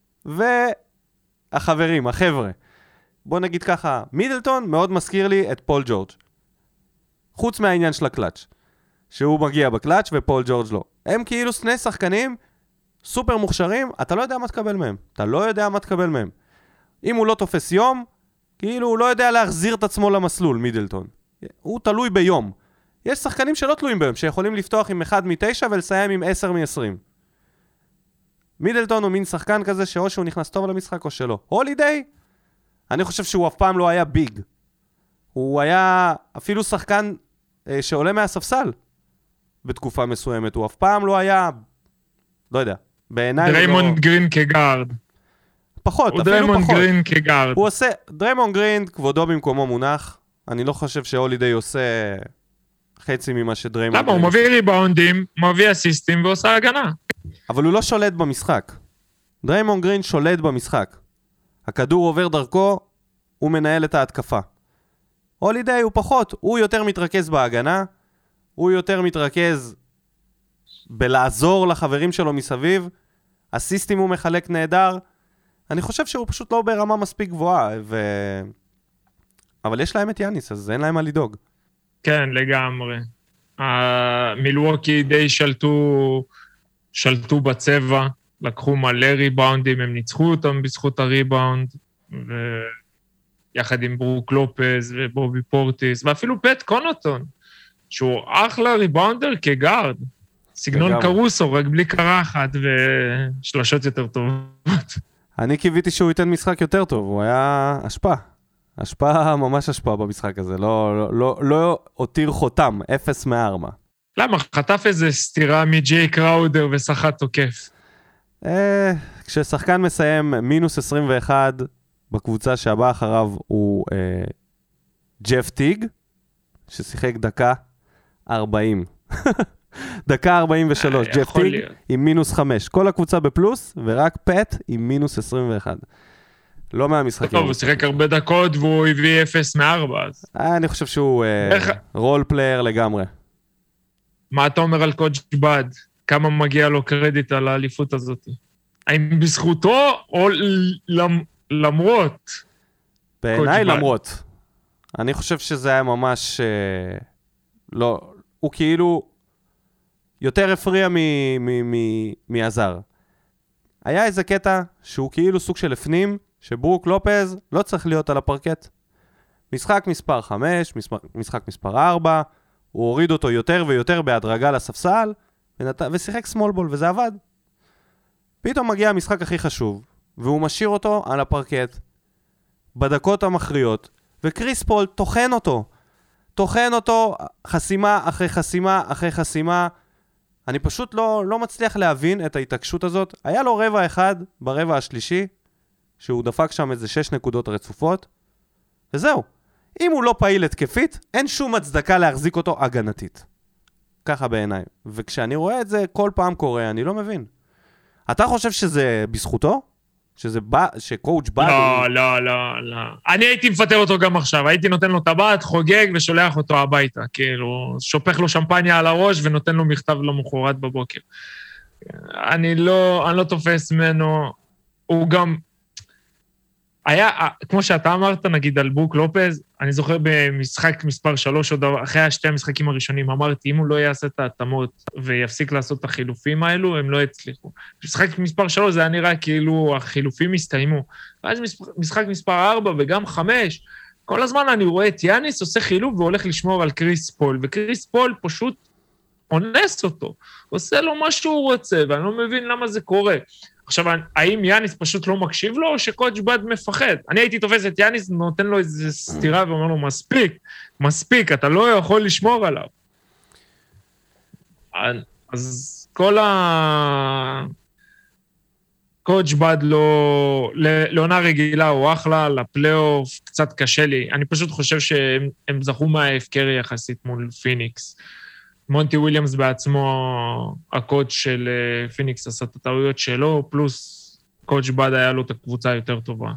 והחברים, החבר'ה. בוא נגיד ככה, מידלטון מאוד מזכיר לי את פול ג'ורג'. חוץ מהעניין של הקלאץ'. שהוא מגיע בקלאץ' ופול ג'ורג' לא. הם כאילו שני שחקנים סופר מוכשרים, אתה לא יודע מה תקבל מהם. אתה לא יודע מה תקבל מהם. אם הוא לא תופס יום, כאילו הוא לא יודע להחזיר את עצמו למסלול, מידלטון. הוא תלוי ביום. יש שחקנים שלא תלויים בהם, שיכולים לפתוח עם אחד מתשע ולסיים עם עשר מעשרים. מידלטון הוא מין שחקן כזה שאו שהוא נכנס טוב למשחק או שלא. הולידיי, אני חושב שהוא אף פעם לא היה ביג. הוא היה אפילו שחקן אה, שעולה מהספסל בתקופה מסוימת. הוא אף פעם לא היה, לא יודע, בעיניי... דריימונד לא... גרין כגארד. פחות, אפילו פחות. הוא דריימונד גרין כגארד. הוא עושה, דריימונד גרין, כבודו במקומו מונח. אני לא חושב שהולידיי עושה חצי ממה שדריימונד גרין... למה? הוא מביא ריבאונדים, מביא אסיסטים ועושה הגנה. אבל הוא לא שולט במשחק. דריימונד גרין שולט במשחק. הכדור עובר דרכו, הוא מנהל את ההתקפה. הולידיי הוא פחות, הוא יותר מתרכז בהגנה, הוא יותר מתרכז בלעזור לחברים שלו מסביב, אסיסטים הוא מחלק נהדר, אני חושב שהוא פשוט לא ברמה מספיק גבוהה, ו... אבל יש להם את יאניס, אז אין להם מה לדאוג. כן, לגמרי. המילווקי די שלטו, שלטו בצבע, לקחו מלא ריבאונדים, הם ניצחו אותם בזכות הריבאונד, ויחד עם ברוק לופז ובובי פורטיס, ואפילו פט קונוטון, שהוא אחלה ריבאונדר כגארד, סגנון קרוסו, רק בלי קרחת ושלושות יותר טובות. אני קיוויתי שהוא ייתן משחק יותר טוב, הוא היה השפעה. השפעה, ממש השפעה במשחק הזה, לא, לא, לא, לא הותיר חותם, אפס מארבע. למה? חטף איזה סתירה מג'יי קראודר ושחת תוקף. אה, כששחקן מסיים מינוס עשרים ואחת, בקבוצה שהבא אחריו הוא אה, ג'ף טיג, ששיחק דקה ארבעים. דקה ארבעים ושלוש, ג'ף טיג עם מינוס חמש. כל הקבוצה בפלוס, ורק פט עם מינוס עשרים ואחת. לא מהמשחקים. טוב, הוא שיחק הרבה דקות והוא הביא אפס מארבע. אני חושב שהוא רול פלייר לגמרי. מה אתה אומר על קודג' בד? כמה מגיע לו קרדיט על האליפות הזאת? האם בזכותו או למרות? בעיניי למרות. אני חושב שזה היה ממש... לא, הוא כאילו יותר הפריע מעזר. היה איזה קטע שהוא כאילו סוג של לפנים, שברוק לופז לא צריך להיות על הפרקט. משחק מספר חמש, משחק מספר ארבע, הוא הוריד אותו יותר ויותר בהדרגה לספסל, ושיחק סמול-בול, וזה עבד. פתאום מגיע המשחק הכי חשוב, והוא משאיר אותו על הפרקט, בדקות המכריעות, וקריס פול תוכן אותו. תוכן אותו חסימה אחרי חסימה אחרי חסימה. אני פשוט לא, לא מצליח להבין את ההתעקשות הזאת. היה לו רבע אחד ברבע השלישי, שהוא דפק שם איזה שש נקודות רצופות, וזהו. אם הוא לא פעיל התקפית, אין שום הצדקה להחזיק אותו הגנתית. ככה בעיניי. וכשאני רואה את זה כל פעם קורה, אני לא מבין. אתה חושב שזה בזכותו? שזה בא, שקואוץ' בא... לא, לא, לא, לא. אני הייתי מפטר אותו גם עכשיו. הייתי נותן לו טבעת, חוגג ושולח אותו הביתה. כאילו, שופך לו שמפניה על הראש ונותן לו מכתב למחרת בבוקר. אני לא, אני לא תופס ממנו. הוא גם... היה, כמו שאתה אמרת, נגיד על ברוק לופז, אני זוכר במשחק מספר שלוש, עוד אחרי שתי המשחקים הראשונים, אמרתי, אם הוא לא יעשה את ההתאמות ויפסיק לעשות את החילופים האלו, הם לא יצליחו. במשחק מספר שלוש זה היה נראה כאילו החילופים הסתיימו. ואז משחק מספר ארבע וגם חמש, כל הזמן אני רואה את יאניס עושה חילוף והולך לשמור על קריס פול, וקריס פול פשוט אונס אותו, עושה לו מה שהוא רוצה, ואני לא מבין למה זה קורה. עכשיו, האם יאניס פשוט לא מקשיב לו, או שקודג' בד מפחד? אני הייתי תופס את יאניס, נותן לו איזו סתירה, ואומר לו, מספיק, מספיק, אתה לא יכול לשמור עליו. אז כל ה... קודג' בד לא... לעונה רגילה הוא אחלה, לפלייאוף קצת קשה לי. אני פשוט חושב שהם זכו מההפקר יחסית מול פיניקס. מונטי וויליאמס בעצמו, הקוד של פיניקס עשה את הטעויות שלו, פלוס קואוצ' בד היה לו את הקבוצה יותר טובה.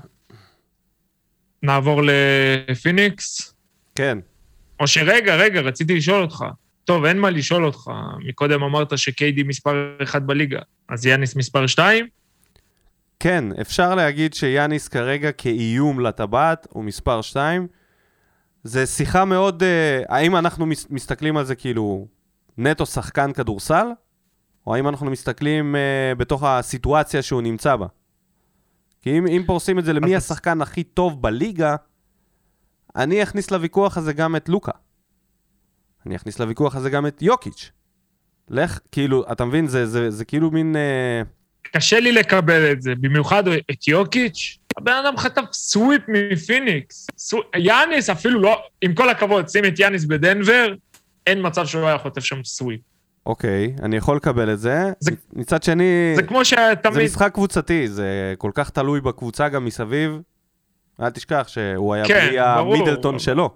נעבור לפיניקס? כן. או שרגע, רגע, רציתי לשאול אותך. טוב, אין מה לשאול אותך. מקודם אמרת שקיידי מספר אחד בליגה. אז יאניס מספר שתיים? כן, אפשר להגיד שיאניס כרגע כאיום לטבעת הוא מספר שתיים. זה שיחה מאוד, uh, האם אנחנו מס, מסתכלים על זה כאילו נטו שחקן כדורסל, או האם אנחנו מסתכלים uh, בתוך הסיטואציה שהוא נמצא בה. כי אם, אם פורסים את זה למי השחקן הכי טוב בליגה, אני אכניס לוויכוח הזה גם את לוקה. אני אכניס לוויכוח הזה גם את יוקיץ'. לך, כאילו, אתה מבין, זה, זה, זה כאילו מין... Uh, קשה לי לקבל את זה, במיוחד את יוקיץ'. הבן אדם חטף סוויפ מפיניקס. סו... יאניס אפילו לא, עם כל הכבוד, שים את יאניס בדנבר, אין מצב שהוא היה חוטף שם סוויפ. אוקיי, אני יכול לקבל את זה. זה... מצד שני, זה כמו שתמיד... זה משחק קבוצתי, זה כל כך תלוי בקבוצה גם מסביב. אל תשכח שהוא היה כן, בלי ברור. המידלטון שלו.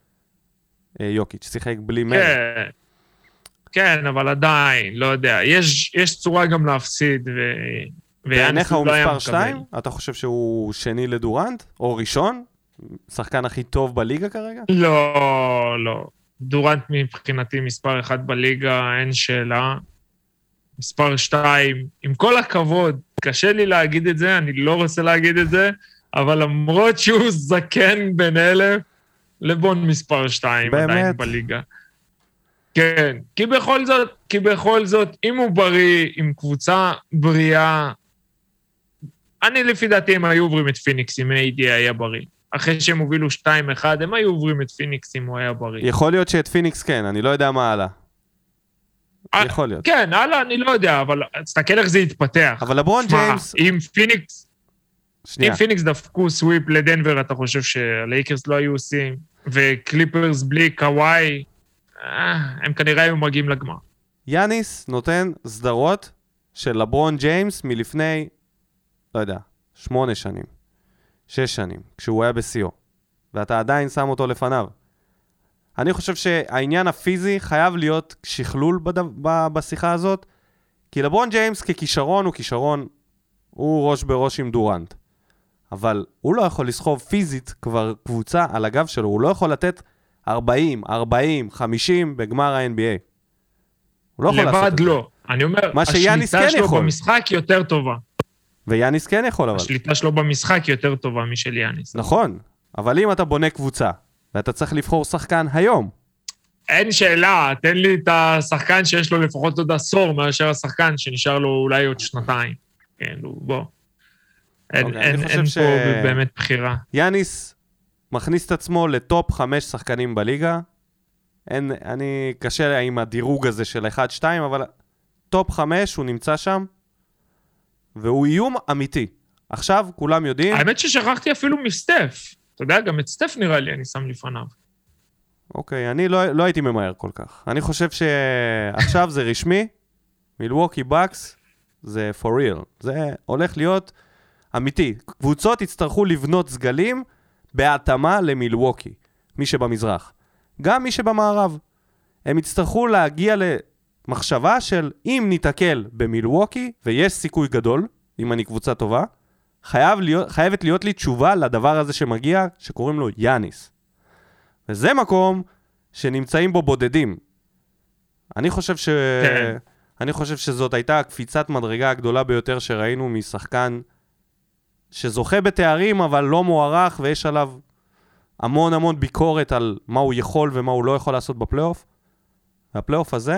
יוקיץ', שיחק בלי מלך. כן. כן, אבל עדיין, לא יודע. יש, יש צורה גם להפסיד, ו... בעיניך הוא מספר שתיים? אתה חושב שהוא שני לדורנט? או ראשון? שחקן הכי טוב בליגה כרגע? לא, לא. דורנט מבחינתי מספר אחד בליגה, אין שאלה. מספר שתיים, עם כל הכבוד, קשה לי להגיד את זה, אני לא רוצה להגיד את זה, אבל למרות שהוא זקן בין אלף, לבון מספר שתיים עדיין בליגה. כן, כי בכל זאת, כי בכל זאת, אם הוא בריא, עם קבוצה בריאה, אני לפי דעתי הם היו עוברים את פיניקס אם איי-די היה בריא. אחרי שהם הובילו שתיים אחד, הם היו עוברים את פיניקס אם הוא היה בריא. יכול להיות שאת פיניקס כן, אני לא יודע מה הלאה. יכול להיות. כן, הלאה אני לא יודע, אבל תסתכל איך זה יתפתח. אבל לברון ג'יימס... אם פיניקס... אם פיניקס דפקו סוויפ לדנבר, אתה חושב שהלייקרס לא היו עושים, וקליפרס בלי קוואי, הם כנראה היו מגיעים לגמר. יאניס נותן סדרות של לברון ג'יימס מלפני, לא יודע, שמונה שנים, שש שנים, כשהוא היה בסיו, ואתה עדיין שם אותו לפניו. אני חושב שהעניין הפיזי חייב להיות שכלול בד... ב... בשיחה הזאת, כי לברון ג'יימס ככישרון הוא כישרון, הוא ראש בראש עם דורנט. אבל הוא לא יכול לסחוב פיזית כבר קבוצה על הגב שלו, הוא לא יכול לתת ארבעים, ארבעים, חמישים בגמר ה-אן בי איי. הוא לא יכול לעשות את זה. לבד לא. אני אומר, השליטה שלו במשחק יותר טובה. ויאניס כן יכול, אבל. השליטה שלו במשחק יותר טובה משל יאניס. נכון, אבל אם אתה בונה קבוצה, ואתה צריך לבחור שחקן היום. אין שאלה, תן לי את השחקן שיש לו לפחות עוד עשור, מאשר השחקן שנשאר לו אולי עוד שנתיים. כן, בוא. אין, okay, אין, אין ש... פה באמת בחירה. יאניס מכניס את עצמו לטופ חמש שחקנים בליגה. אין, אני קשה עם הדירוג הזה של אחד שתיים, אבל טופ חמש הוא נמצא שם, והוא איום אמיתי. עכשיו כולם יודעים... האמת ששכחתי אפילו מסטף. אתה יודע, גם את סטף נראה לי, אני שם לפניו. אוקיי, אני לא, לא הייתי ממהר כל כך. אני חושב שעכשיו זה רשמי, מילווקי בקס, זה for real. זה הולך להיות אמיתי. קבוצות יצטרכו לבנות סגלים בהתאמה למילווקי, מי שבמזרח. גם מי שבמערב. הם יצטרכו להגיע למחשבה של אם ניתקל במילווקי, ויש סיכוי גדול, אם אני קבוצה טובה, חייב להיות, חייבת להיות לי תשובה לדבר הזה שמגיע, שקוראים לו יאניס. וזה מקום שנמצאים בו בודדים. אני חושב ש... כן. אני חושב שזאת הייתה הקפיצת מדרגה הגדולה ביותר שראינו משחקן שזוכה בתארים, אבל לא מוערך, ויש עליו המון המון ביקורת על מה הוא יכול ומה הוא לא יכול לעשות בפלייאוף. והפלייאוף הזה,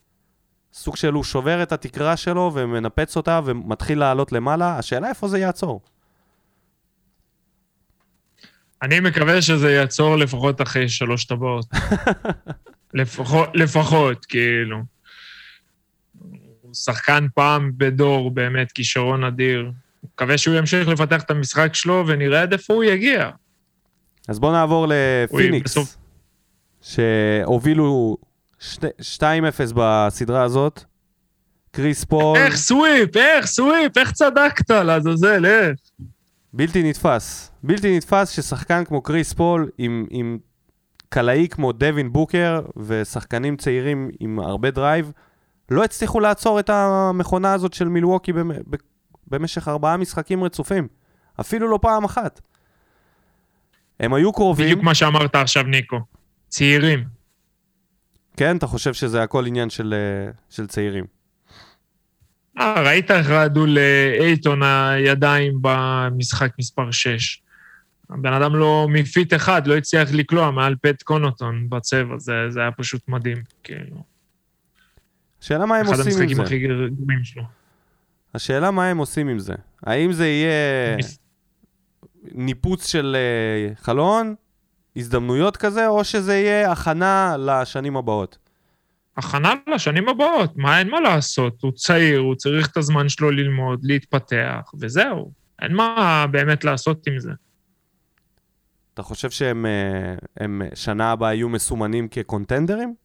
סוג שלו שובר את התקרה שלו ומנפץ אותה ומתחיל לעלות למעלה. השאלה איפה זה יעצור? אני מקווה שזה יעצור לפחות אחרי שלוש טבעות. לפחות, לפחות, כאילו. הוא שחקן פעם בדור, באמת, כישרון אדיר. מקווה שהוא ימשיך לפתח את המשחק שלו, ונראה עד איפה הוא יגיע. אז בואו נעבור לפיניקס, בסוף... שהובילו שתיים אפס בסדרה הזאת. קריס פול... איך סוויפ, איך סוויפ, איך צדקת לעזאזל, איך? בלתי נתפס. בלתי נתפס ששחקן כמו קריס פול, עם, עם קלעי כמו דווין בוקר, ושחקנים צעירים עם הרבה דרייב, לא הצליחו לעצור את המכונה הזאת של מילווקי במשך ארבעה משחקים רצופים. אפילו לא פעם אחת. הם היו קרובים... בדיוק מה שאמרת עכשיו, ניקו. צעירים. כן, אתה חושב שזה הכל עניין של, של צעירים. אה, ראית איך רעדו לאייטון הידיים במשחק מספר שש. הבן אדם לא מפיט אחד, לא הצליח לקלוע מעל פט קונוטון בצבע, זה, זה היה פשוט מדהים. כאילו. השאלה מה הם עושים עם זה. אחד המשחקים הכי גרועים שלו. השאלה מה הם עושים עם זה. האם זה יהיה ניפוץ של חלון, הזדמנויות כזה, או שזה יהיה הכנה לשנים הבאות? הכנה לשנים הבאות, מה אין מה לעשות? הוא צעיר, הוא צריך את הזמן שלו ללמוד, להתפתח, וזהו. אין מה באמת לעשות עם זה. אתה חושב שהם הם שנה הבאה יהיו מסומנים כקונטנדרים?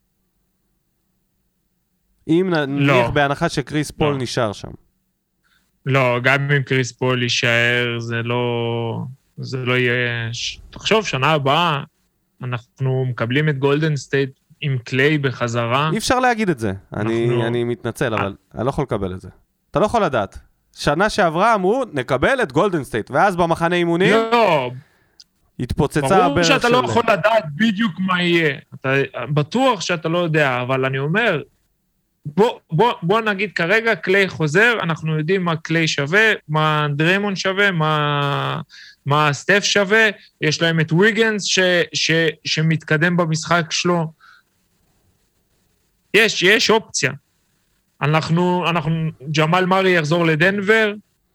אם נניח לא. בהנחה שקריס פול לא. נשאר שם. לא, גם אם קריס פול יישאר, זה לא, זה לא יהיה... תחשוב, שנה הבאה, אנחנו מקבלים את גולדן סטייט עם קליי בחזרה. אי אפשר להגיד את זה. אנחנו... אני, אני מתנצל, אבל אני לא יכול לקבל את זה. אתה לא יכול לדעת. שנה שעברה אמרו, נקבל את גולדן סטייט, ואז במחנה אימונים... לא. התפוצצה ברור שאתה של... לא יכול לדעת בדיוק מה יהיה. אתה בטוח שאתה לא יודע, אבל אני אומר... בוא, בוא, בוא נגיד כרגע, קליי חוזר, אנחנו יודעים מה קליי שווה, מה דריימון שווה, מה, מה סטף שווה, יש להם את ויגנס ש, ש, שמתקדם במשחק שלו. יש, יש אופציה. אנחנו, אנחנו, ג'מאל מארי יחזור לדנבר,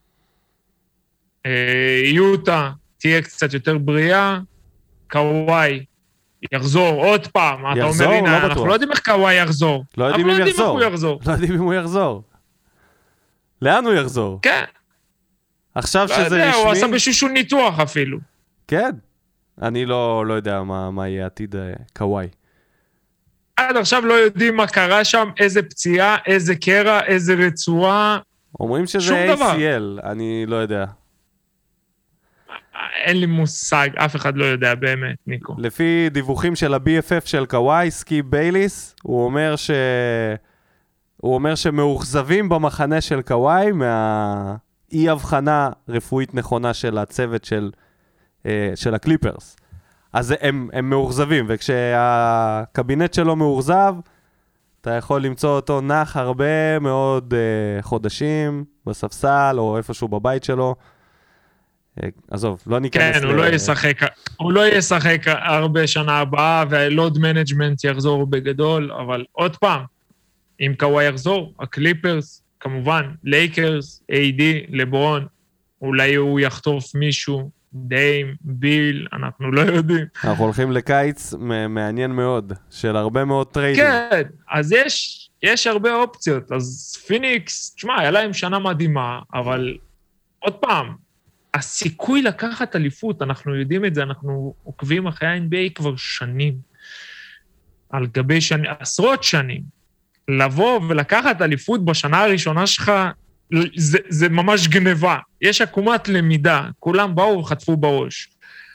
יוטה תהיה קצת יותר בריאה, קוואי יחזור עוד פעם, אתה אומר, הנה, אנחנו לא יודעים איך קוואי יחזור. לא יודעים אם יחזור. לא יודעים אם הוא יחזור. לאן הוא יחזור? כן. עכשיו שזה רשמי... הוא עשה בשושו ניתוח אפילו. כן. אני לא יודע מה יהיה עתיד קוואי. עד עכשיו לא יודעים מה קרה שם, איזה פציעה, איזה קרע, איזה רצועה. אומרים שזה איי סי אל, אני לא יודע. אין לי מושג, אף אחד לא יודע באמת, ניקו. לפי דיווחים של ה-בי אף אף של קוואי, סקיפ בייליס, הוא אומר ש... הוא אומר שמאוכזבים במחנה של קוואי, מהאי הבחנה רפואית נכונה של הצוות של, של הקליפרס. אז הם, הם מאוכזבים, וכשהקבינט שלו מאוכזב, אתה יכול למצוא אותו נח הרבה מאוד חודשים בספסל, או איפשהו בבית שלו. עזוב, לא ניכנס... כן, הוא לא ישחק, הוא לא ישחק הרבה שנה הבאה, והלוד מנג'מנט יחזור בגדול, אבל עוד פעם, אם קוואי יחזור, הקליפרס, כמובן, לייקרס, איי די, לברון, אולי הוא יחטוף מישהו, דיים, ביל, אנחנו לא יודעים. אנחנו הולכים לקיץ מעניין מאוד, של הרבה מאוד טריידים. כן, אז יש, יש הרבה אופציות, אז פיניקס, תשמע, היה להם שנה מדהימה, אבל עוד פעם, הסיכוי לקחת אליפות, אנחנו יודעים את זה, אנחנו עוקבים אחרי ה-אן בי איי כבר שנים, על גבי שנים, עשרות שנים, לבוא ולקחת אליפות בשנה הראשונה שלך, זה, זה ממש גניבה, יש עקומת למידה, כולם באו וחטפו בראש.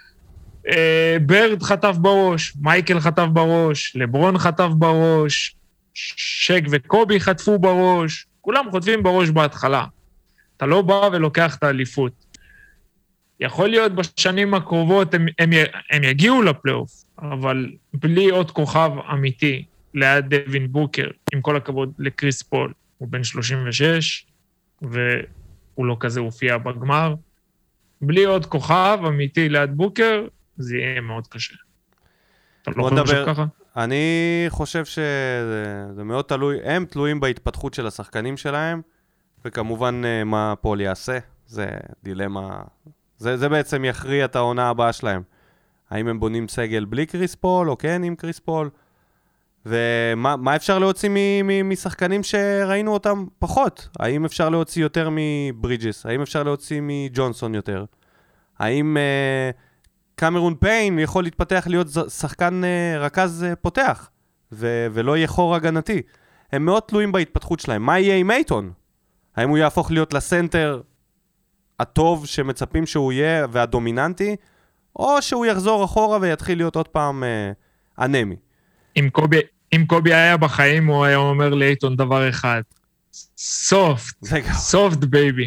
ברד חטף בראש, מייקל חטף בראש, לברון חטף בראש, שק וקובי חטפו בראש, כולם חוטפים בראש בהתחלה. אתה לא בא ולוקח את האליפות. יכול להיות בשנים הקרובות הם, הם, הם יגיעו לפלייאוף, אבל בלי עוד כוכב אמיתי ליד דווין בוקר, עם כל הכבוד לקריס פול, הוא בן שלושים ושש, והוא לא כזה הופיע בגמר. בלי עוד כוכב אמיתי ליד בוקר, זה יהיה מאוד קשה. אתה לא חושב ככה? אני חושב שזה מאוד תלוי, הם תלויים בהתפתחות של השחקנים שלהם, וכמובן מה פול יעשה, זה דילמה... זה, זה בעצם יכריע את העונה הבאה שלהם. האם הם בונים סגל בלי קריס פול, או כן עם קריס פול? ומה מה אפשר להוציא מ, מ, משחקנים שראינו אותם פחות? האם אפשר להוציא יותר מברידג'ס? האם אפשר להוציא מג'ונסון יותר? האם uh, קמרון פיין יכול להתפתח להיות שחקן uh, רכז uh, פותח? ו, ולא יהיה חור הגנתי? הם מאוד תלויים בהתפתחות שלהם. מה יהיה עם אייטון? האם הוא יהפוך להיות לסנטר הטוב שמצפים שהוא יהיה והדומיננטי, או שהוא יחזור אחורה ויתחיל להיות עוד פעם אה, אנמי. אם קובי, אם קובי היה בחיים, הוא היה אומר לאייטון דבר אחד, סופט, סופט בייבי.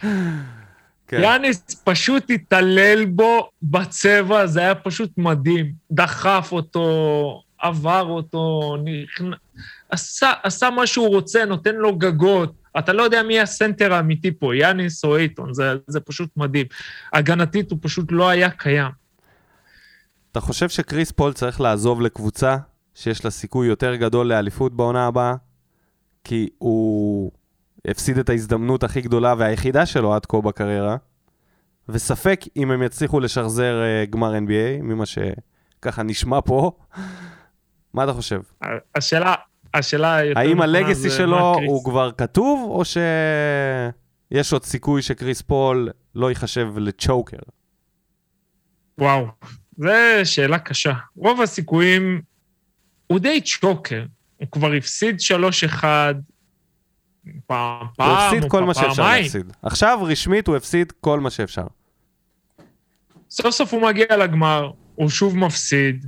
יאניס פשוט התעלל בו בצבע, זה היה פשוט מדהים. דחף אותו, עבר אותו, נכנ... עשה, עשה מה שהוא רוצה, נותן לו גגות. אתה לא יודע מי הסנטר האמיתי פה, יאניס או אייטון, זה, זה פשוט מדהים. הגנתית הוא פשוט לא היה קיים. אתה חושב שקריס פול צריך לעזוב לקבוצה שיש לה סיכוי יותר גדול לאליפות בעונה הבאה? כי הוא הפסיד את ההזדמנות הכי גדולה והיחידה שלו עד כה בקריירה, וספק אם הם יצליחו לשחזר uh, גמר אן בי איי, ממה שככה נשמע פה. מה אתה חושב? השאלה, השאלה יותר האם הלגסי שלו הוא כבר כתוב, או שיש עוד סיכוי שקריס פול לא ייחשב לצ'וקר? וואו, זו שאלה קשה. רוב הסיכויים הוא די צ'וקר. הוא כבר הפסיד שלוש אחד, פעם, פעם, הוא הפסיד כל מה שאפשר להפסיד. עכשיו רשמית הוא הפסיד כל מה שאפשר. סוף סוף הוא מגיע לגמר, הוא שוב מפסיד.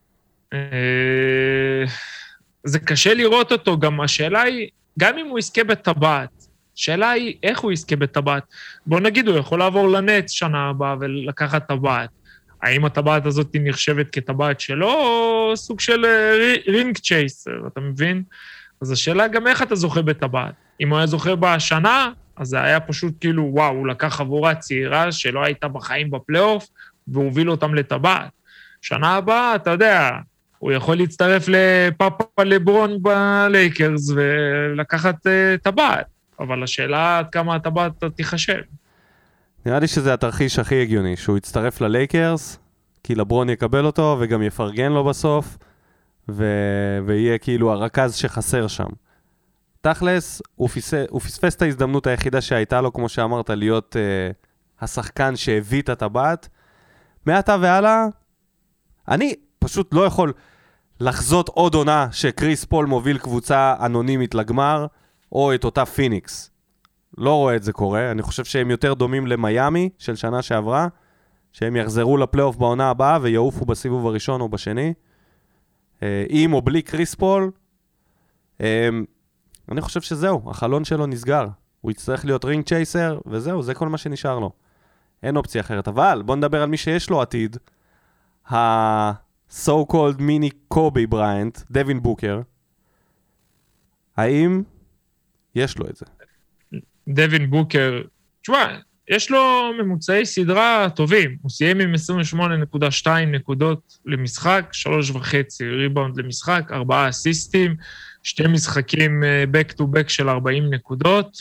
זה קשה לראות אותו, גם השאלה היא, גם אם הוא יזכה בטבעת, השאלה היא איך הוא יזכה בטבעת. בוא נגיד, הוא יכול לעבור לנץ שנה הבאה ולקחת טבעת. האם הטבעת הזאת נחשבת כטבעת שלו, או סוג של רינג צ'ייסר, אתה מבין? אז השאלה גם איך אתה זוכה בטבעת. אם הוא היה זוכה בשנה, אז זה היה פשוט כאילו, וואו, הוא לקח חבורה צעירה שלא הייתה בחיים בפלייאוף, והוביל אותם לטבעת. שנה הבאה, אתה יודע, הוא יכול להצטרף לפאפה לברון בלייקרס, ולקחת טבעת. אבל השאלה עד כמה הטבעת תיחשב. נראה לי שזה התרחיש הכי הגיוני, שהוא יצטרף ללייקרס, כי לברון יקבל אותו וגם יפרגן לו בסוף, ו... ויהיה כאילו הרכז שחסר שם. תכלס, הוא, פס... הוא פספס את ההזדמנות היחידה שהייתה לו, כמו שאמרת, להיות uh, השחקן שהביא את הטבעת. מעתה והלאה, אני פשוט לא יכול לחזות עוד עונה שקריס פול מוביל קבוצה אנונימית לגמר, או את אותה פיניקס. לא רואה את זה קורה, אני חושב שהם יותר דומים למיימי של שנה שעברה, שהם יחזרו לפלייאוף בעונה הבאה ויעופו בסיבוב הראשון או בשני, עם או בלי קריס פול. אני חושב שזהו, החלון שלו נסגר, הוא יצטרך להיות רינג צ'ייסר, וזהו, זה כל מה שנשאר לו. אין אופציה אחרת, אבל בוא נדבר על מי שיש לו עתיד, ה-so called מיני קובי בריינט, דווין בוקר. האם יש לו את זה? דווין בוקר, תשמע, יש לו ממוצעי סדרה טובים, הוא סיים עם עשרים ושמונה נקודה שתיים נקודות למשחק, שלוש וחצי ריבאונד למשחק, ארבעה אסיסטים, שתי משחקים back to back של ארבעים נקודות,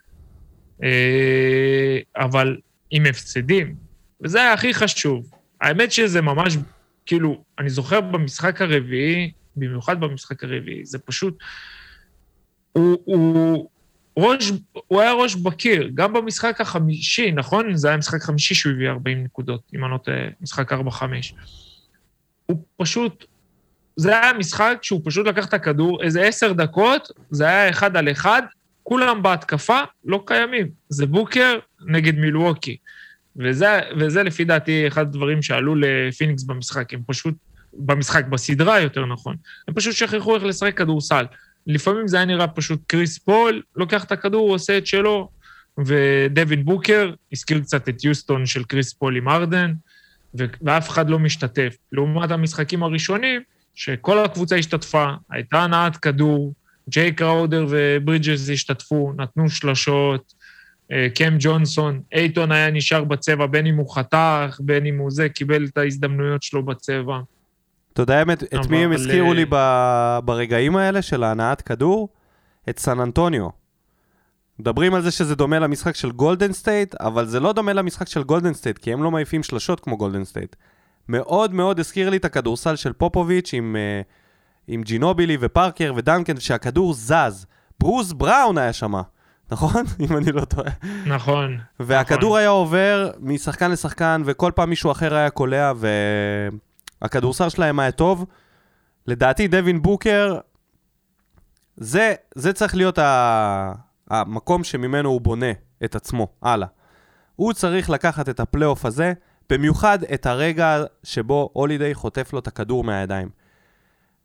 אבל עם הפסדים, וזה היה הכי חשוב. האמת שזה ממש, כאילו, אני זוכר במשחק הרביעי, במיוחד במשחק הרביעי, זה פשוט, הוא, הוא, ראש, הוא היה ראש בקיר, גם במשחק החמישי, נכון? זה היה משחק חמישי שהוא הביא ארבעים נקודות, אם אני לא טועה, משחק ארבע חמש. הוא פשוט, זה היה משחק שהוא פשוט לקח את הכדור, איזה עשר דקות, זה היה אחד על אחד, כולם בהתקפה לא קיימים. זה בוקר נגד מילווקי. וזה, וזה לפי דעתי אחד הדברים שעלו לפיניקס במשחק, הם פשוט, במשחק, בסדרה יותר נכון, הם פשוט שכחו איך לשחק כדורסל. לפעמים זה היה נראה פשוט קריס פול, לוקח את הכדור, עושה את שלו, ודווין בוקר הזכיר קצת את יוסטון של קריס פול עם ארדן, ואף אחד לא משתתף. לעומת המשחקים הראשונים, שכל הקבוצה השתתפה, הייתה הנעת כדור, ג'יי קראודר וברידג'ס השתתפו, נתנו שלשות, קם ג'ונסון, אייטון היה נשאר בצבע, בין אם הוא חתך, בין אם הוא זה, קיבל את ההזדמנויות שלו בצבע. אתה יודע, את מי הם הזכירו לי ברגעים האלה של ההנעת כדור? את סן אנטוניו. מדברים על זה שזה דומה למשחק של גולדן סטייט, אבל זה לא דומה למשחק של גולדן סטייט, כי הם לא מעיפים שלשות כמו גולדן סטייט. מאוד מאוד הזכיר לי את הכדורסל של פופוביץ' עם, עם ג'ינובילי ופארקר ודנקן, שהכדור זז. ברוס בראון היה שמה, נכון? אם אני לא טועה. נכון. והכדור נכון. היה עובר משחקן לשחקן, וכל פעם מישהו אחר היה קולע, והכדורסל שלהם היה טוב. לדעתי דווין בוקר, זה, זה צריך להיות ה... המקום שממנו הוא בונה את עצמו, הלאה. הוא צריך לקחת את הפלייאוף הזה, במיוחד את הרגע שבו הולידיי חוטף לו את הכדור מהידיים.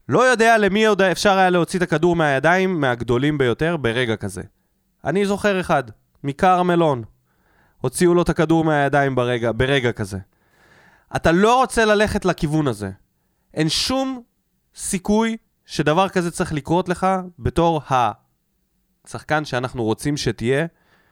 לא יודע למי עוד אפשר היה להוציא את הכדור מהידיים מהגדולים ביותר ברגע כזה. אני זוכר אחד, מקרמלון. הוציאו לו את הכדור מהידיים ברגע, ברגע כזה. אתה לא רוצה ללכת לכיוון הזה. אין שום סיכוי שדבר כזה צריך לקרות לך בתור השחקן שאנחנו רוצים שתהיה.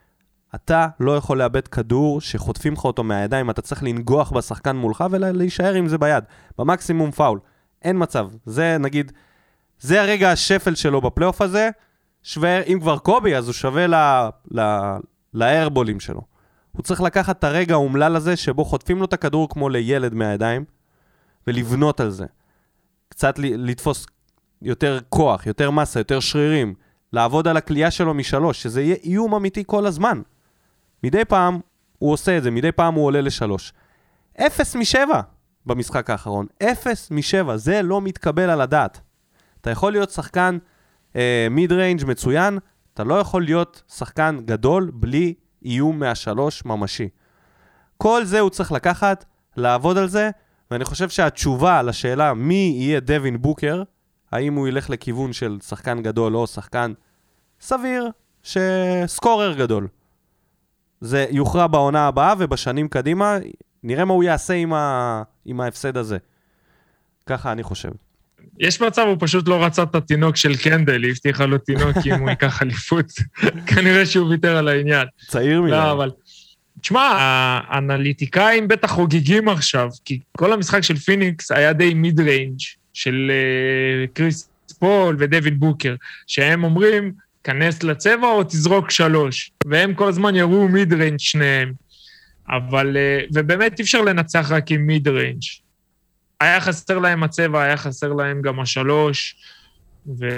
אתה לא יכול לאבד כדור שחוטפים לך אותו מהידיים, אתה צריך לנגוח בשחקן מולך ולהישאר עם זה ביד. במקסימום פאול. אין מצב. זה נגיד, זה הרגע השפל שלו בפלייאוף הזה. שווה, אם כבר קובי, אז הוא שווה ל, ל, לאיירבולים שלו. הוא צריך לקחת את הרגע האומלל הזה שבו חוטפים לו את הכדור כמו לילד מהידיים ולבנות על זה. קצת לתפוס יותר כוח, יותר מסה, יותר שרירים, לעבוד על הקליעה שלו משלוש, שזה יהיה איום אמיתי כל הזמן. מדי פעם הוא עושה את זה, מדי פעם הוא עולה לשלוש. אפס משבע במשחק האחרון. אפס משבע, זה לא מתקבל על הדעת. אתה יכול להיות שחקן אה, מיד ריינג' מצוין, אתה לא יכול להיות שחקן גדול בלי איום מהשלוש ממשי. כל זה הוא צריך לקחת, לעבוד על זה, ואני חושב שהתשובה לשאלה מי יהיה דווין בוקר, האם הוא ילך לכיוון של שחקן גדול או שחקן סביר, שסקורר גדול. זה יוכרע בעונה הבאה ובשנים קדימה, נראה מה הוא יעשה עם, ה... עם ההפסד הזה. ככה אני חושב. יש מצב, הוא פשוט לא רצה את התינוק של קנדל, היא הבטיחה לו תינוק אם הוא ייקח אליפות. כנראה שהוא ויתר על העניין. צעיר מילה. לא, אבל... תשמע, האנליטיקאים בטח חוגגים עכשיו, כי כל המשחק של פיניקס היה די מיד ריינג' של uh, קריס פול ודווין בוקר, שהם אומרים, כנס לצבע או תזרוק שלוש, והם כל הזמן יראו מיד ריינג' שניהם. אבל, uh, ובאמת אי אפשר לנצח רק עם מיד ריינג'. היה חסר להם הצבע, היה חסר להם גם השלוש, ו...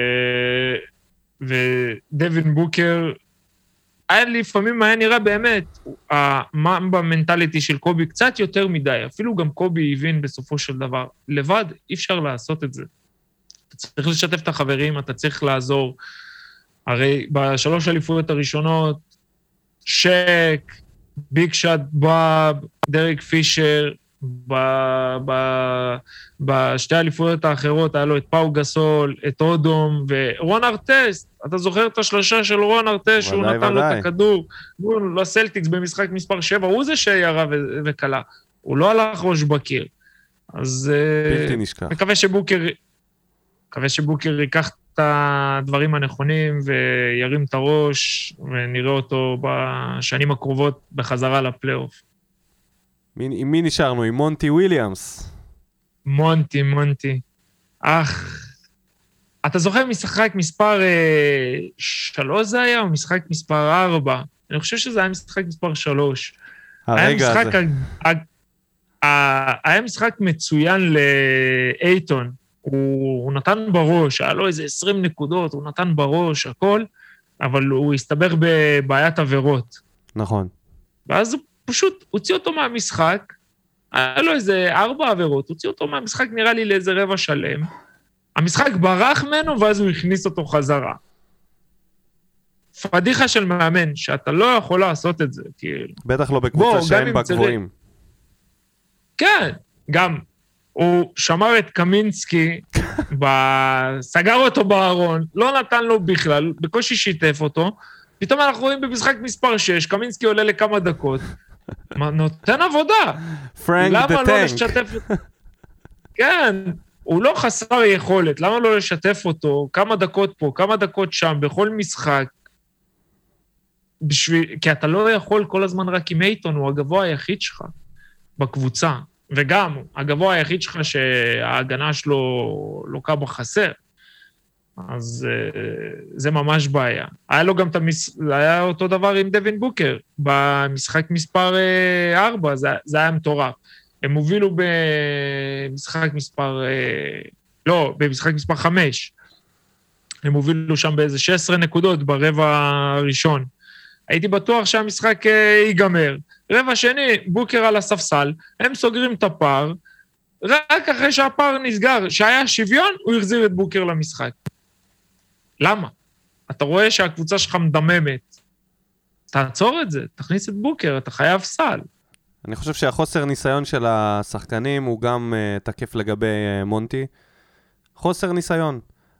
ודווין בוקר, היה לפעמים היה נראה באמת, הממבה מנטליטי של קובי קצת יותר מדי, אפילו גם קובי הבין בסופו של דבר, לבד אי אפשר לעשות את זה. אתה צריך לשתף את החברים, אתה צריך לעזור, הרי בשלוש אליפויות הראשונות, שק, ביג שאט בוב, דריק פישר, ב, ב, בשתי האליפויות האחרות היה לו את פאו גסול, את אודום ורון ארטסט. אתה זוכר את השלושה של רון ארטסט שהוא נתן לו את הכדור לסלטיקס במשחק מספר שבע, הוא זה שירה ו- וקלה. הוא לא הלך ראש בקיר. אז בלתי נשכח. מקווה שבוקר, מקווה שבוקר ייקח את הדברים הנכונים וירים את הראש ונראה אותו בשנים הקרובות בחזרה לפלייאוף. עם מי נשארנו? עם מונטי וויליאמס. מונטי, מונטי. אך, אתה זוכר משחק מספר אה, שלוש זה היה, או משחק מספר ארבע? אני חושב שזה היה משחק מספר שלוש. הרגע היה הזה. ה, ה, ה, היה משחק מצוין לאייטון. הוא, הוא נתן בראש, היה לו איזה עשרים נקודות, הוא נתן בראש, הכל, אבל הוא הסתבר בבעיית עבירות. נכון. ואז הוא פשוט הוציא אותו מהמשחק, היה לו איזה ארבע עבירות, הוציא אותו מהמשחק נראה לי לאיזה רבע שלם, המשחק ברח ממנו ואז הוא הכניס אותו חזרה. פדיחה של מאמן, שאתה לא יכול לעשות את זה, כאילו. בטח לא בקבוצה שהם בגבוהים. כן, גם הוא שמר את קמינסקי, סגר אותו בארון, לא נתן לו בכלל, בקושי שיתף אותו, פתאום אנחנו רואים במשחק מספר שש, קמינסקי עולה לכמה דקות, נותן עבודה. פרנק דה טנק. למה לא לשתף אותו? כן, הוא לא חסר יכולת, למה לא לשתף אותו כמה דקות פה, כמה דקות שם, בכל משחק, בשביל, כי אתה לא יכול כל הזמן רק עם אייטון, הוא הגבוה היחיד שלך בקבוצה, וגם הגבוה היחיד שלך שההגנה שלו לוקה בחסר. אז זה ממש בעיה. היה לו גם את המס... היה אותו דבר עם דווין בוקר, במשחק מספר ארבע, זה, זה היה מטורף. הם הובילו במשחק מספר, לא, במשחק מספר חמש. הם הובילו שם באיזה שש עשרה נקודות ברבע הראשון. הייתי בטוח שהמשחק ייגמר. רבע שני, בוקר על הספסל, הם סוגרים את הפער, רק אחרי שהפער נסגר, שהיה שוויון, הוא החזיר את בוקר למשחק. למה? אתה רואה שהקבוצה שלך מדממת. תעצור את זה, תכניס את בוקר, אתה חייב סל. אני חושב שהחוסר ניסיון של השחקנים הוא גם uh, תקף לגבי uh, מונטי. חוסר ניסיון,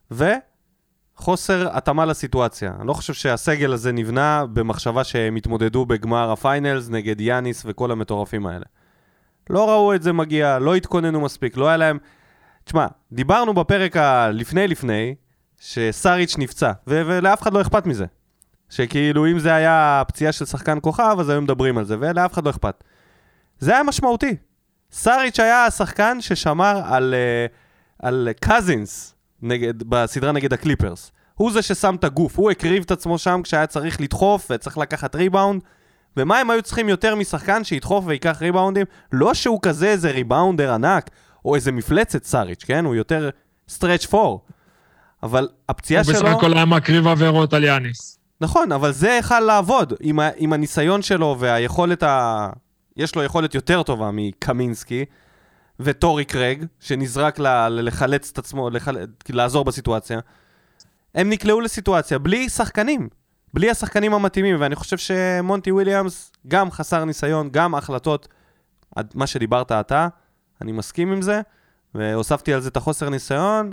וחוסר התאמה לסיטואציה. אני לא חושב שהסגל הזה נבנה במחשבה שהם התמודדו בגמר הפיינלס נגד יאניס וכל המטורפים האלה. לא ראו את זה מגיע, לא התכוננו מספיק, לא היה להם... תשמע, דיברנו בפרק הלפני לפני, שסאריץ' נפצע, ו- ולאף אחד לא אכפת מזה. שכאילו אם זה היה פציעה של שחקן כוכב, אז היו מדברים על זה, ולאף אחד לא אכפת. זה היה משמעותי. סאריץ' היה השחקן ששמר על, על קזינס נגד, בסדרה נגד הקליפרס. הוא זה ששם את הגוף, הוא הקריב את עצמו שם כשהיה צריך לדחוף וצריך לקחת ריבאונד. ומה הם היו צריכים יותר משחקן שידחוף ויקח ריבאונדים? לא שהוא כזה איזה ריבאונדר ענק, או איזה מפלצת סאריץ', כן? הוא יותר סטרץ' פור. אבל הפציעה שלו... הוא בסך הכל היה מקריב עבירות על יאניס. נכון, אבל זה יכול לעבוד עם, ה... עם הניסיון שלו והיכולת ה... יש לו יכולת יותר טובה מקמינסקי וטורי קרג, שנזרק ל... לחלץ את עצמו, לחל... לעזור בסיטואציה. הם נקלעו לסיטואציה בלי שחקנים, בלי השחקנים המתאימים, ואני חושב שמונטי וויליאמס גם חסר ניסיון, גם החלטות, מה שדיברת אתה, אני מסכים עם זה, והוספתי על זה את החוסר ניסיון,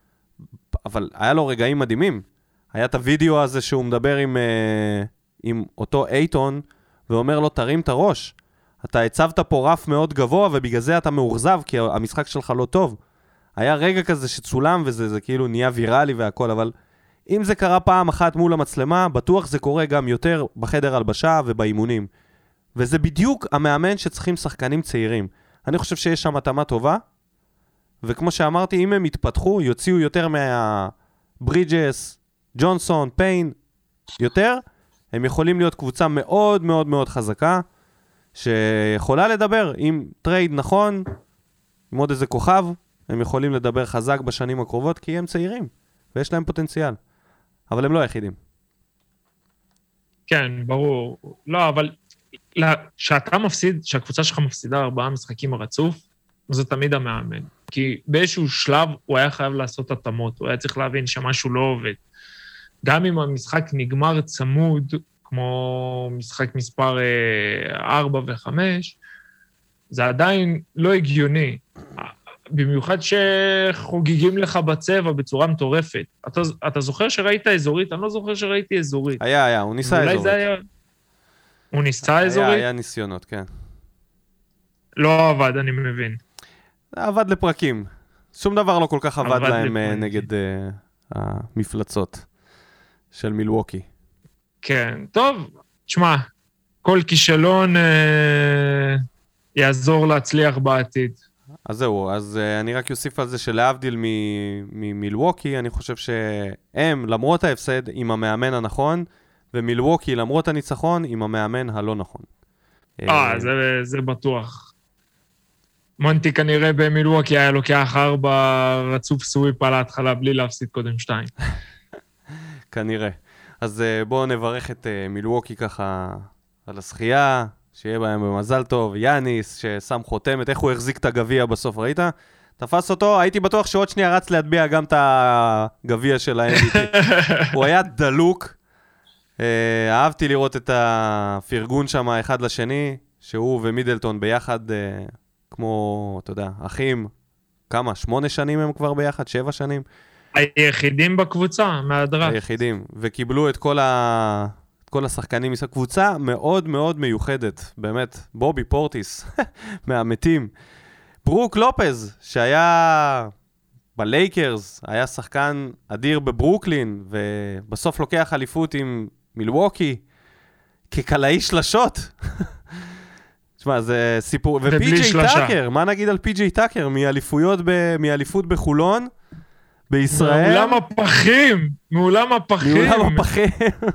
אבל היה לו רגעים מדהימים. היה את הוידאו הזה שהוא מדבר עם, עם אותו אייטון, ואומר לו, תרים את הראש. אתה הצבת פה רף מאוד גבוה, ובגלל זה אתה מאוכזב, כי המשחק שלך לא טוב. היה רגע כזה שצולם, וזה זה כאילו נהיה ויראלי והכל, אבל אם זה קרה פעם אחת מול המצלמה, בטוח זה קורה גם יותר בחדר הלבשה ובאימונים. וזה בדיוק המאמן שצריכים שחקנים צעירים. אני חושב שיש שם התאמה טובה, וכמו שאמרתי, אם הם יתפתחו, יוציאו יותר מהברידג'ס, ג'ונסון, פיין, יותר, הם יכולים להיות קבוצה מאוד מאוד מאוד חזקה, שיכולה לדבר עם טרייד נכון, עם עוד איזה כוכב, הם יכולים לדבר חזק בשנים הקרובות, כי הם צעירים, ויש להם פוטנציאל. אבל הם לא היחידים. כן, ברור. לא, אבל כשאתה מפסיד, כשהקבוצה שלך מפסידה ארבעה משחקים הרצוף, זה תמיד המאמן. כי באיזשהו שלב הוא היה חייב לעשות התאמות, הוא היה צריך להבין שמשהו לא עובד. גם אם המשחק נגמר צמוד, כמו משחק מספר ארבע וחמש, זה עדיין לא הגיוני. במיוחד שחוגגים לך בצבע בצורה מטורפת. אתה, אתה זוכר שראית אזורית? אני לא זוכר שראיתי אזורית. היה, היה, הוא ניסה אזורית. זה היה... הוא ניסה אזורית? היה, היה ניסיונות, כן. לא עבד, אני מבין. זה עבד לפרקים. שום דבר לא כל כך עבד, עבד להם לפרקים. נגד uh, המפלצות של מילווקי. כן, טוב. תשמע, כל כישלון uh, יעזור להצליח בעתיד. אז זהו, אז uh, אני רק יוסיף על זה שלהבדיל ממילווקי, אני חושב שהם, למרות ההפסד, עם המאמן הנכון, ומילווקי, למרות הניצחון, עם המאמן הלא נכון. אה, זה, זה בטוח. מונטי כנראה במילווקי היה לוקח ארבע רצוף סוויפ על ההתחלה, בלי להפסיד קודם שתיים. כנראה. אז uh, בואו נברך את uh, מילווקי ככה על השחייה, שיהיה בהם במזל טוב, יאניס ששם חותמת, איך הוא החזיק את הגביע בסוף, ראית? תפס אותו, הייתי בטוח שעוד שנייה רץ להטביע גם את הגביע של ה-אם וי פי. הוא היה דלוק, אה, אהבתי לראות את הפרגון שם אחד לשני, שהוא ומידלטון ביחד, אה, כמו, אתה יודע, אחים, כמה, שמונה שנים הם כבר ביחד, שבע שנים? היחידים בקבוצה, מהדרפט. היחידים, וקיבלו את כל ה... כל השחקנים, קבוצה מאוד מאוד מיוחדת, באמת, בובי פורטיס, מהמתים. ברוק לופז, שהיה בלייקרס, היה שחקן אדיר בברוקלין, ובסוף לוקח אליפות עם מילווקי, כקלעי שלשות. תשמע, זה סיפור, ופי.ג'יי טאקר, מה נגיד על פי.ג'יי טאקר, מאליפויות ב... מאליפות בחולון, בישראל? מעולם הפחים, מעולם הפחים. מעולם הפחים.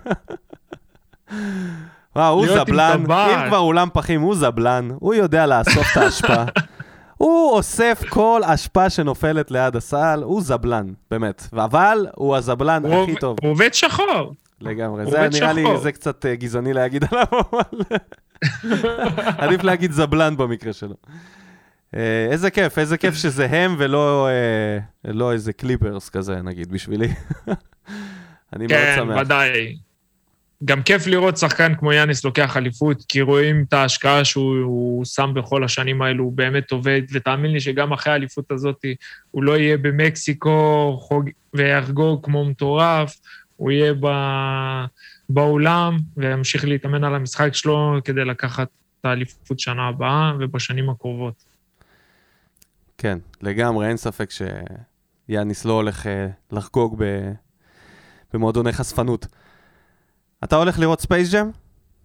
וואו, הוא זבלן, אם כבר אולם פחים, הוא זבלן, הוא יודע לאסוף את ההשפעה. הוא אוסף כל השפעה שנופלת ליד הסל, הוא זבלן, באמת. אבל הוא הזבלן הכי טוב. הוא עובד שחור. לגמרי, זה נראה לי, זה קצת גזעני להגיד עליו, אבל עדיף להגיד זבלן במקרה שלו. איזה כיף, איזה כיף שזה הם ולא לא איזה קליפרס כזה, נגיד, בשבילי. אני מאוד שמח. כן, ודאי. גם כיף לראות שחקן כמו יאניס לוקח אליפות, כי רואים את ההשקעה שהוא שם בכל השנים האלו, הוא באמת עובד, ותאמין לי שגם אחרי האליפות הזאת, הוא לא יהיה במקסיקו חוג, ויחגוג כמו מטורף, הוא יהיה ב, באולם, וימשיך להתאמן על המשחק שלו, כדי לקחת את האליפות שנה הבאה, ובשנים הקרובות. כן, לגמרי, אין ספק שיאניס לא הולך לחגוג ב, במועדוני חשפנות. אתה הולך לראות ספייס ג'ם?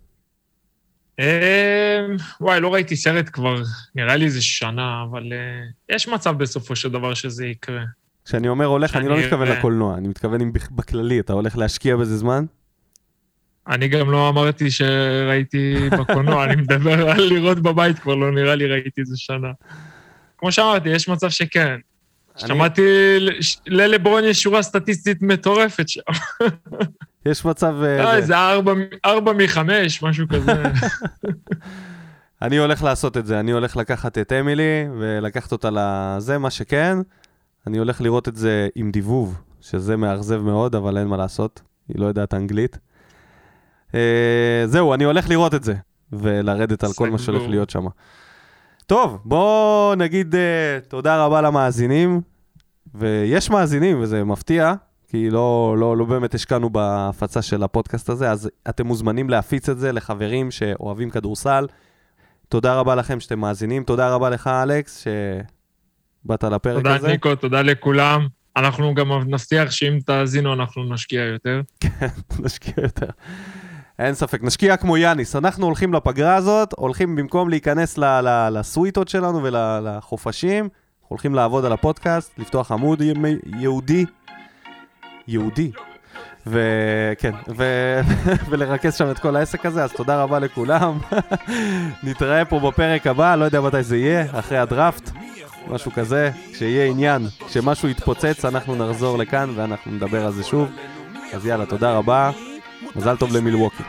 וואי, לא ראיתי סרט כבר, נראה לי זה שנה, אבל יש מצב בסופו של דבר שזה יקרה. כשאני אומר הולך, אני לא מתכוון לקולנוע, אני מתכוון אם בכללי, אתה הולך להשקיע בזה זמן? אני גם לא אמרתי שראיתי בקולנוע, אני מדבר על לראות בבית, כבר לא נראה לי ראיתי איזה שנה. כמו שאמרתי, יש מצב שכן. שמעתי, ללברון יש שורה סטטיסטית מטורפת שם. יש מצב... לא, זה ארבע מחמש, משהו כזה. אני הולך לעשות את זה, אני הולך לקחת את אמילי, ולקחת אותה לזה, מה שכן, אני הולך לראות את זה עם דיבוב, שזה מאכזב מאוד, אבל אין מה לעשות, היא לא יודעת אנגלית. זהו, אני הולך לראות את זה, ולרדת על כל מה שהולך להיות שם. טוב, בואו נגיד תודה רבה למאזינים, ויש מאזינים, וזה מפתיע, כי לא, לא, לא באמת השקענו בהפצה של הפודקאסט הזה, אז אתם מוזמנים להפיץ את זה לחברים שאוהבים כדורסל. תודה רבה לכם שאתם מאזינים, תודה רבה לך אלכס, שבאת לפרק תודה הזה. תודה ניקו, תודה לכולם. אנחנו גם נבטיח שאם תאזינו אנחנו נשקיע יותר. כן, נשקיע יותר. אין ספק, נשקיע כמו יאניס. אנחנו הולכים לפגרה הזאת, הולכים במקום להיכנס לסוויטות שלנו ולחופשים, הולכים לעבוד על הפודקאסט, לפתוח עמוד יהודי, יהודי, וכן, ו... ולרכז שם את כל העסק הזה, אז תודה רבה לכולם. נתראה פה בפרק הבא, לא יודע מתי זה יהיה, אחרי הדראפט, משהו כזה, כשיהיה עניין, כשמשהו יתפוצץ, אנחנו נחזור לכאן ואנחנו נדבר על זה שוב. אז יאללה, תודה רבה, מזל טוב למילווקי.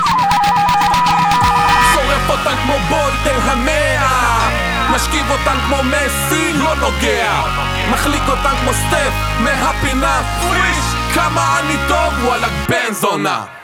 שורף אותן כמו בולטר המאה, משכיב אותן כמו מסי, לא נוגע, מחליק אותן כמו סטף, מהפינה פריש, כמה אני טוב, וואלה בן זונה.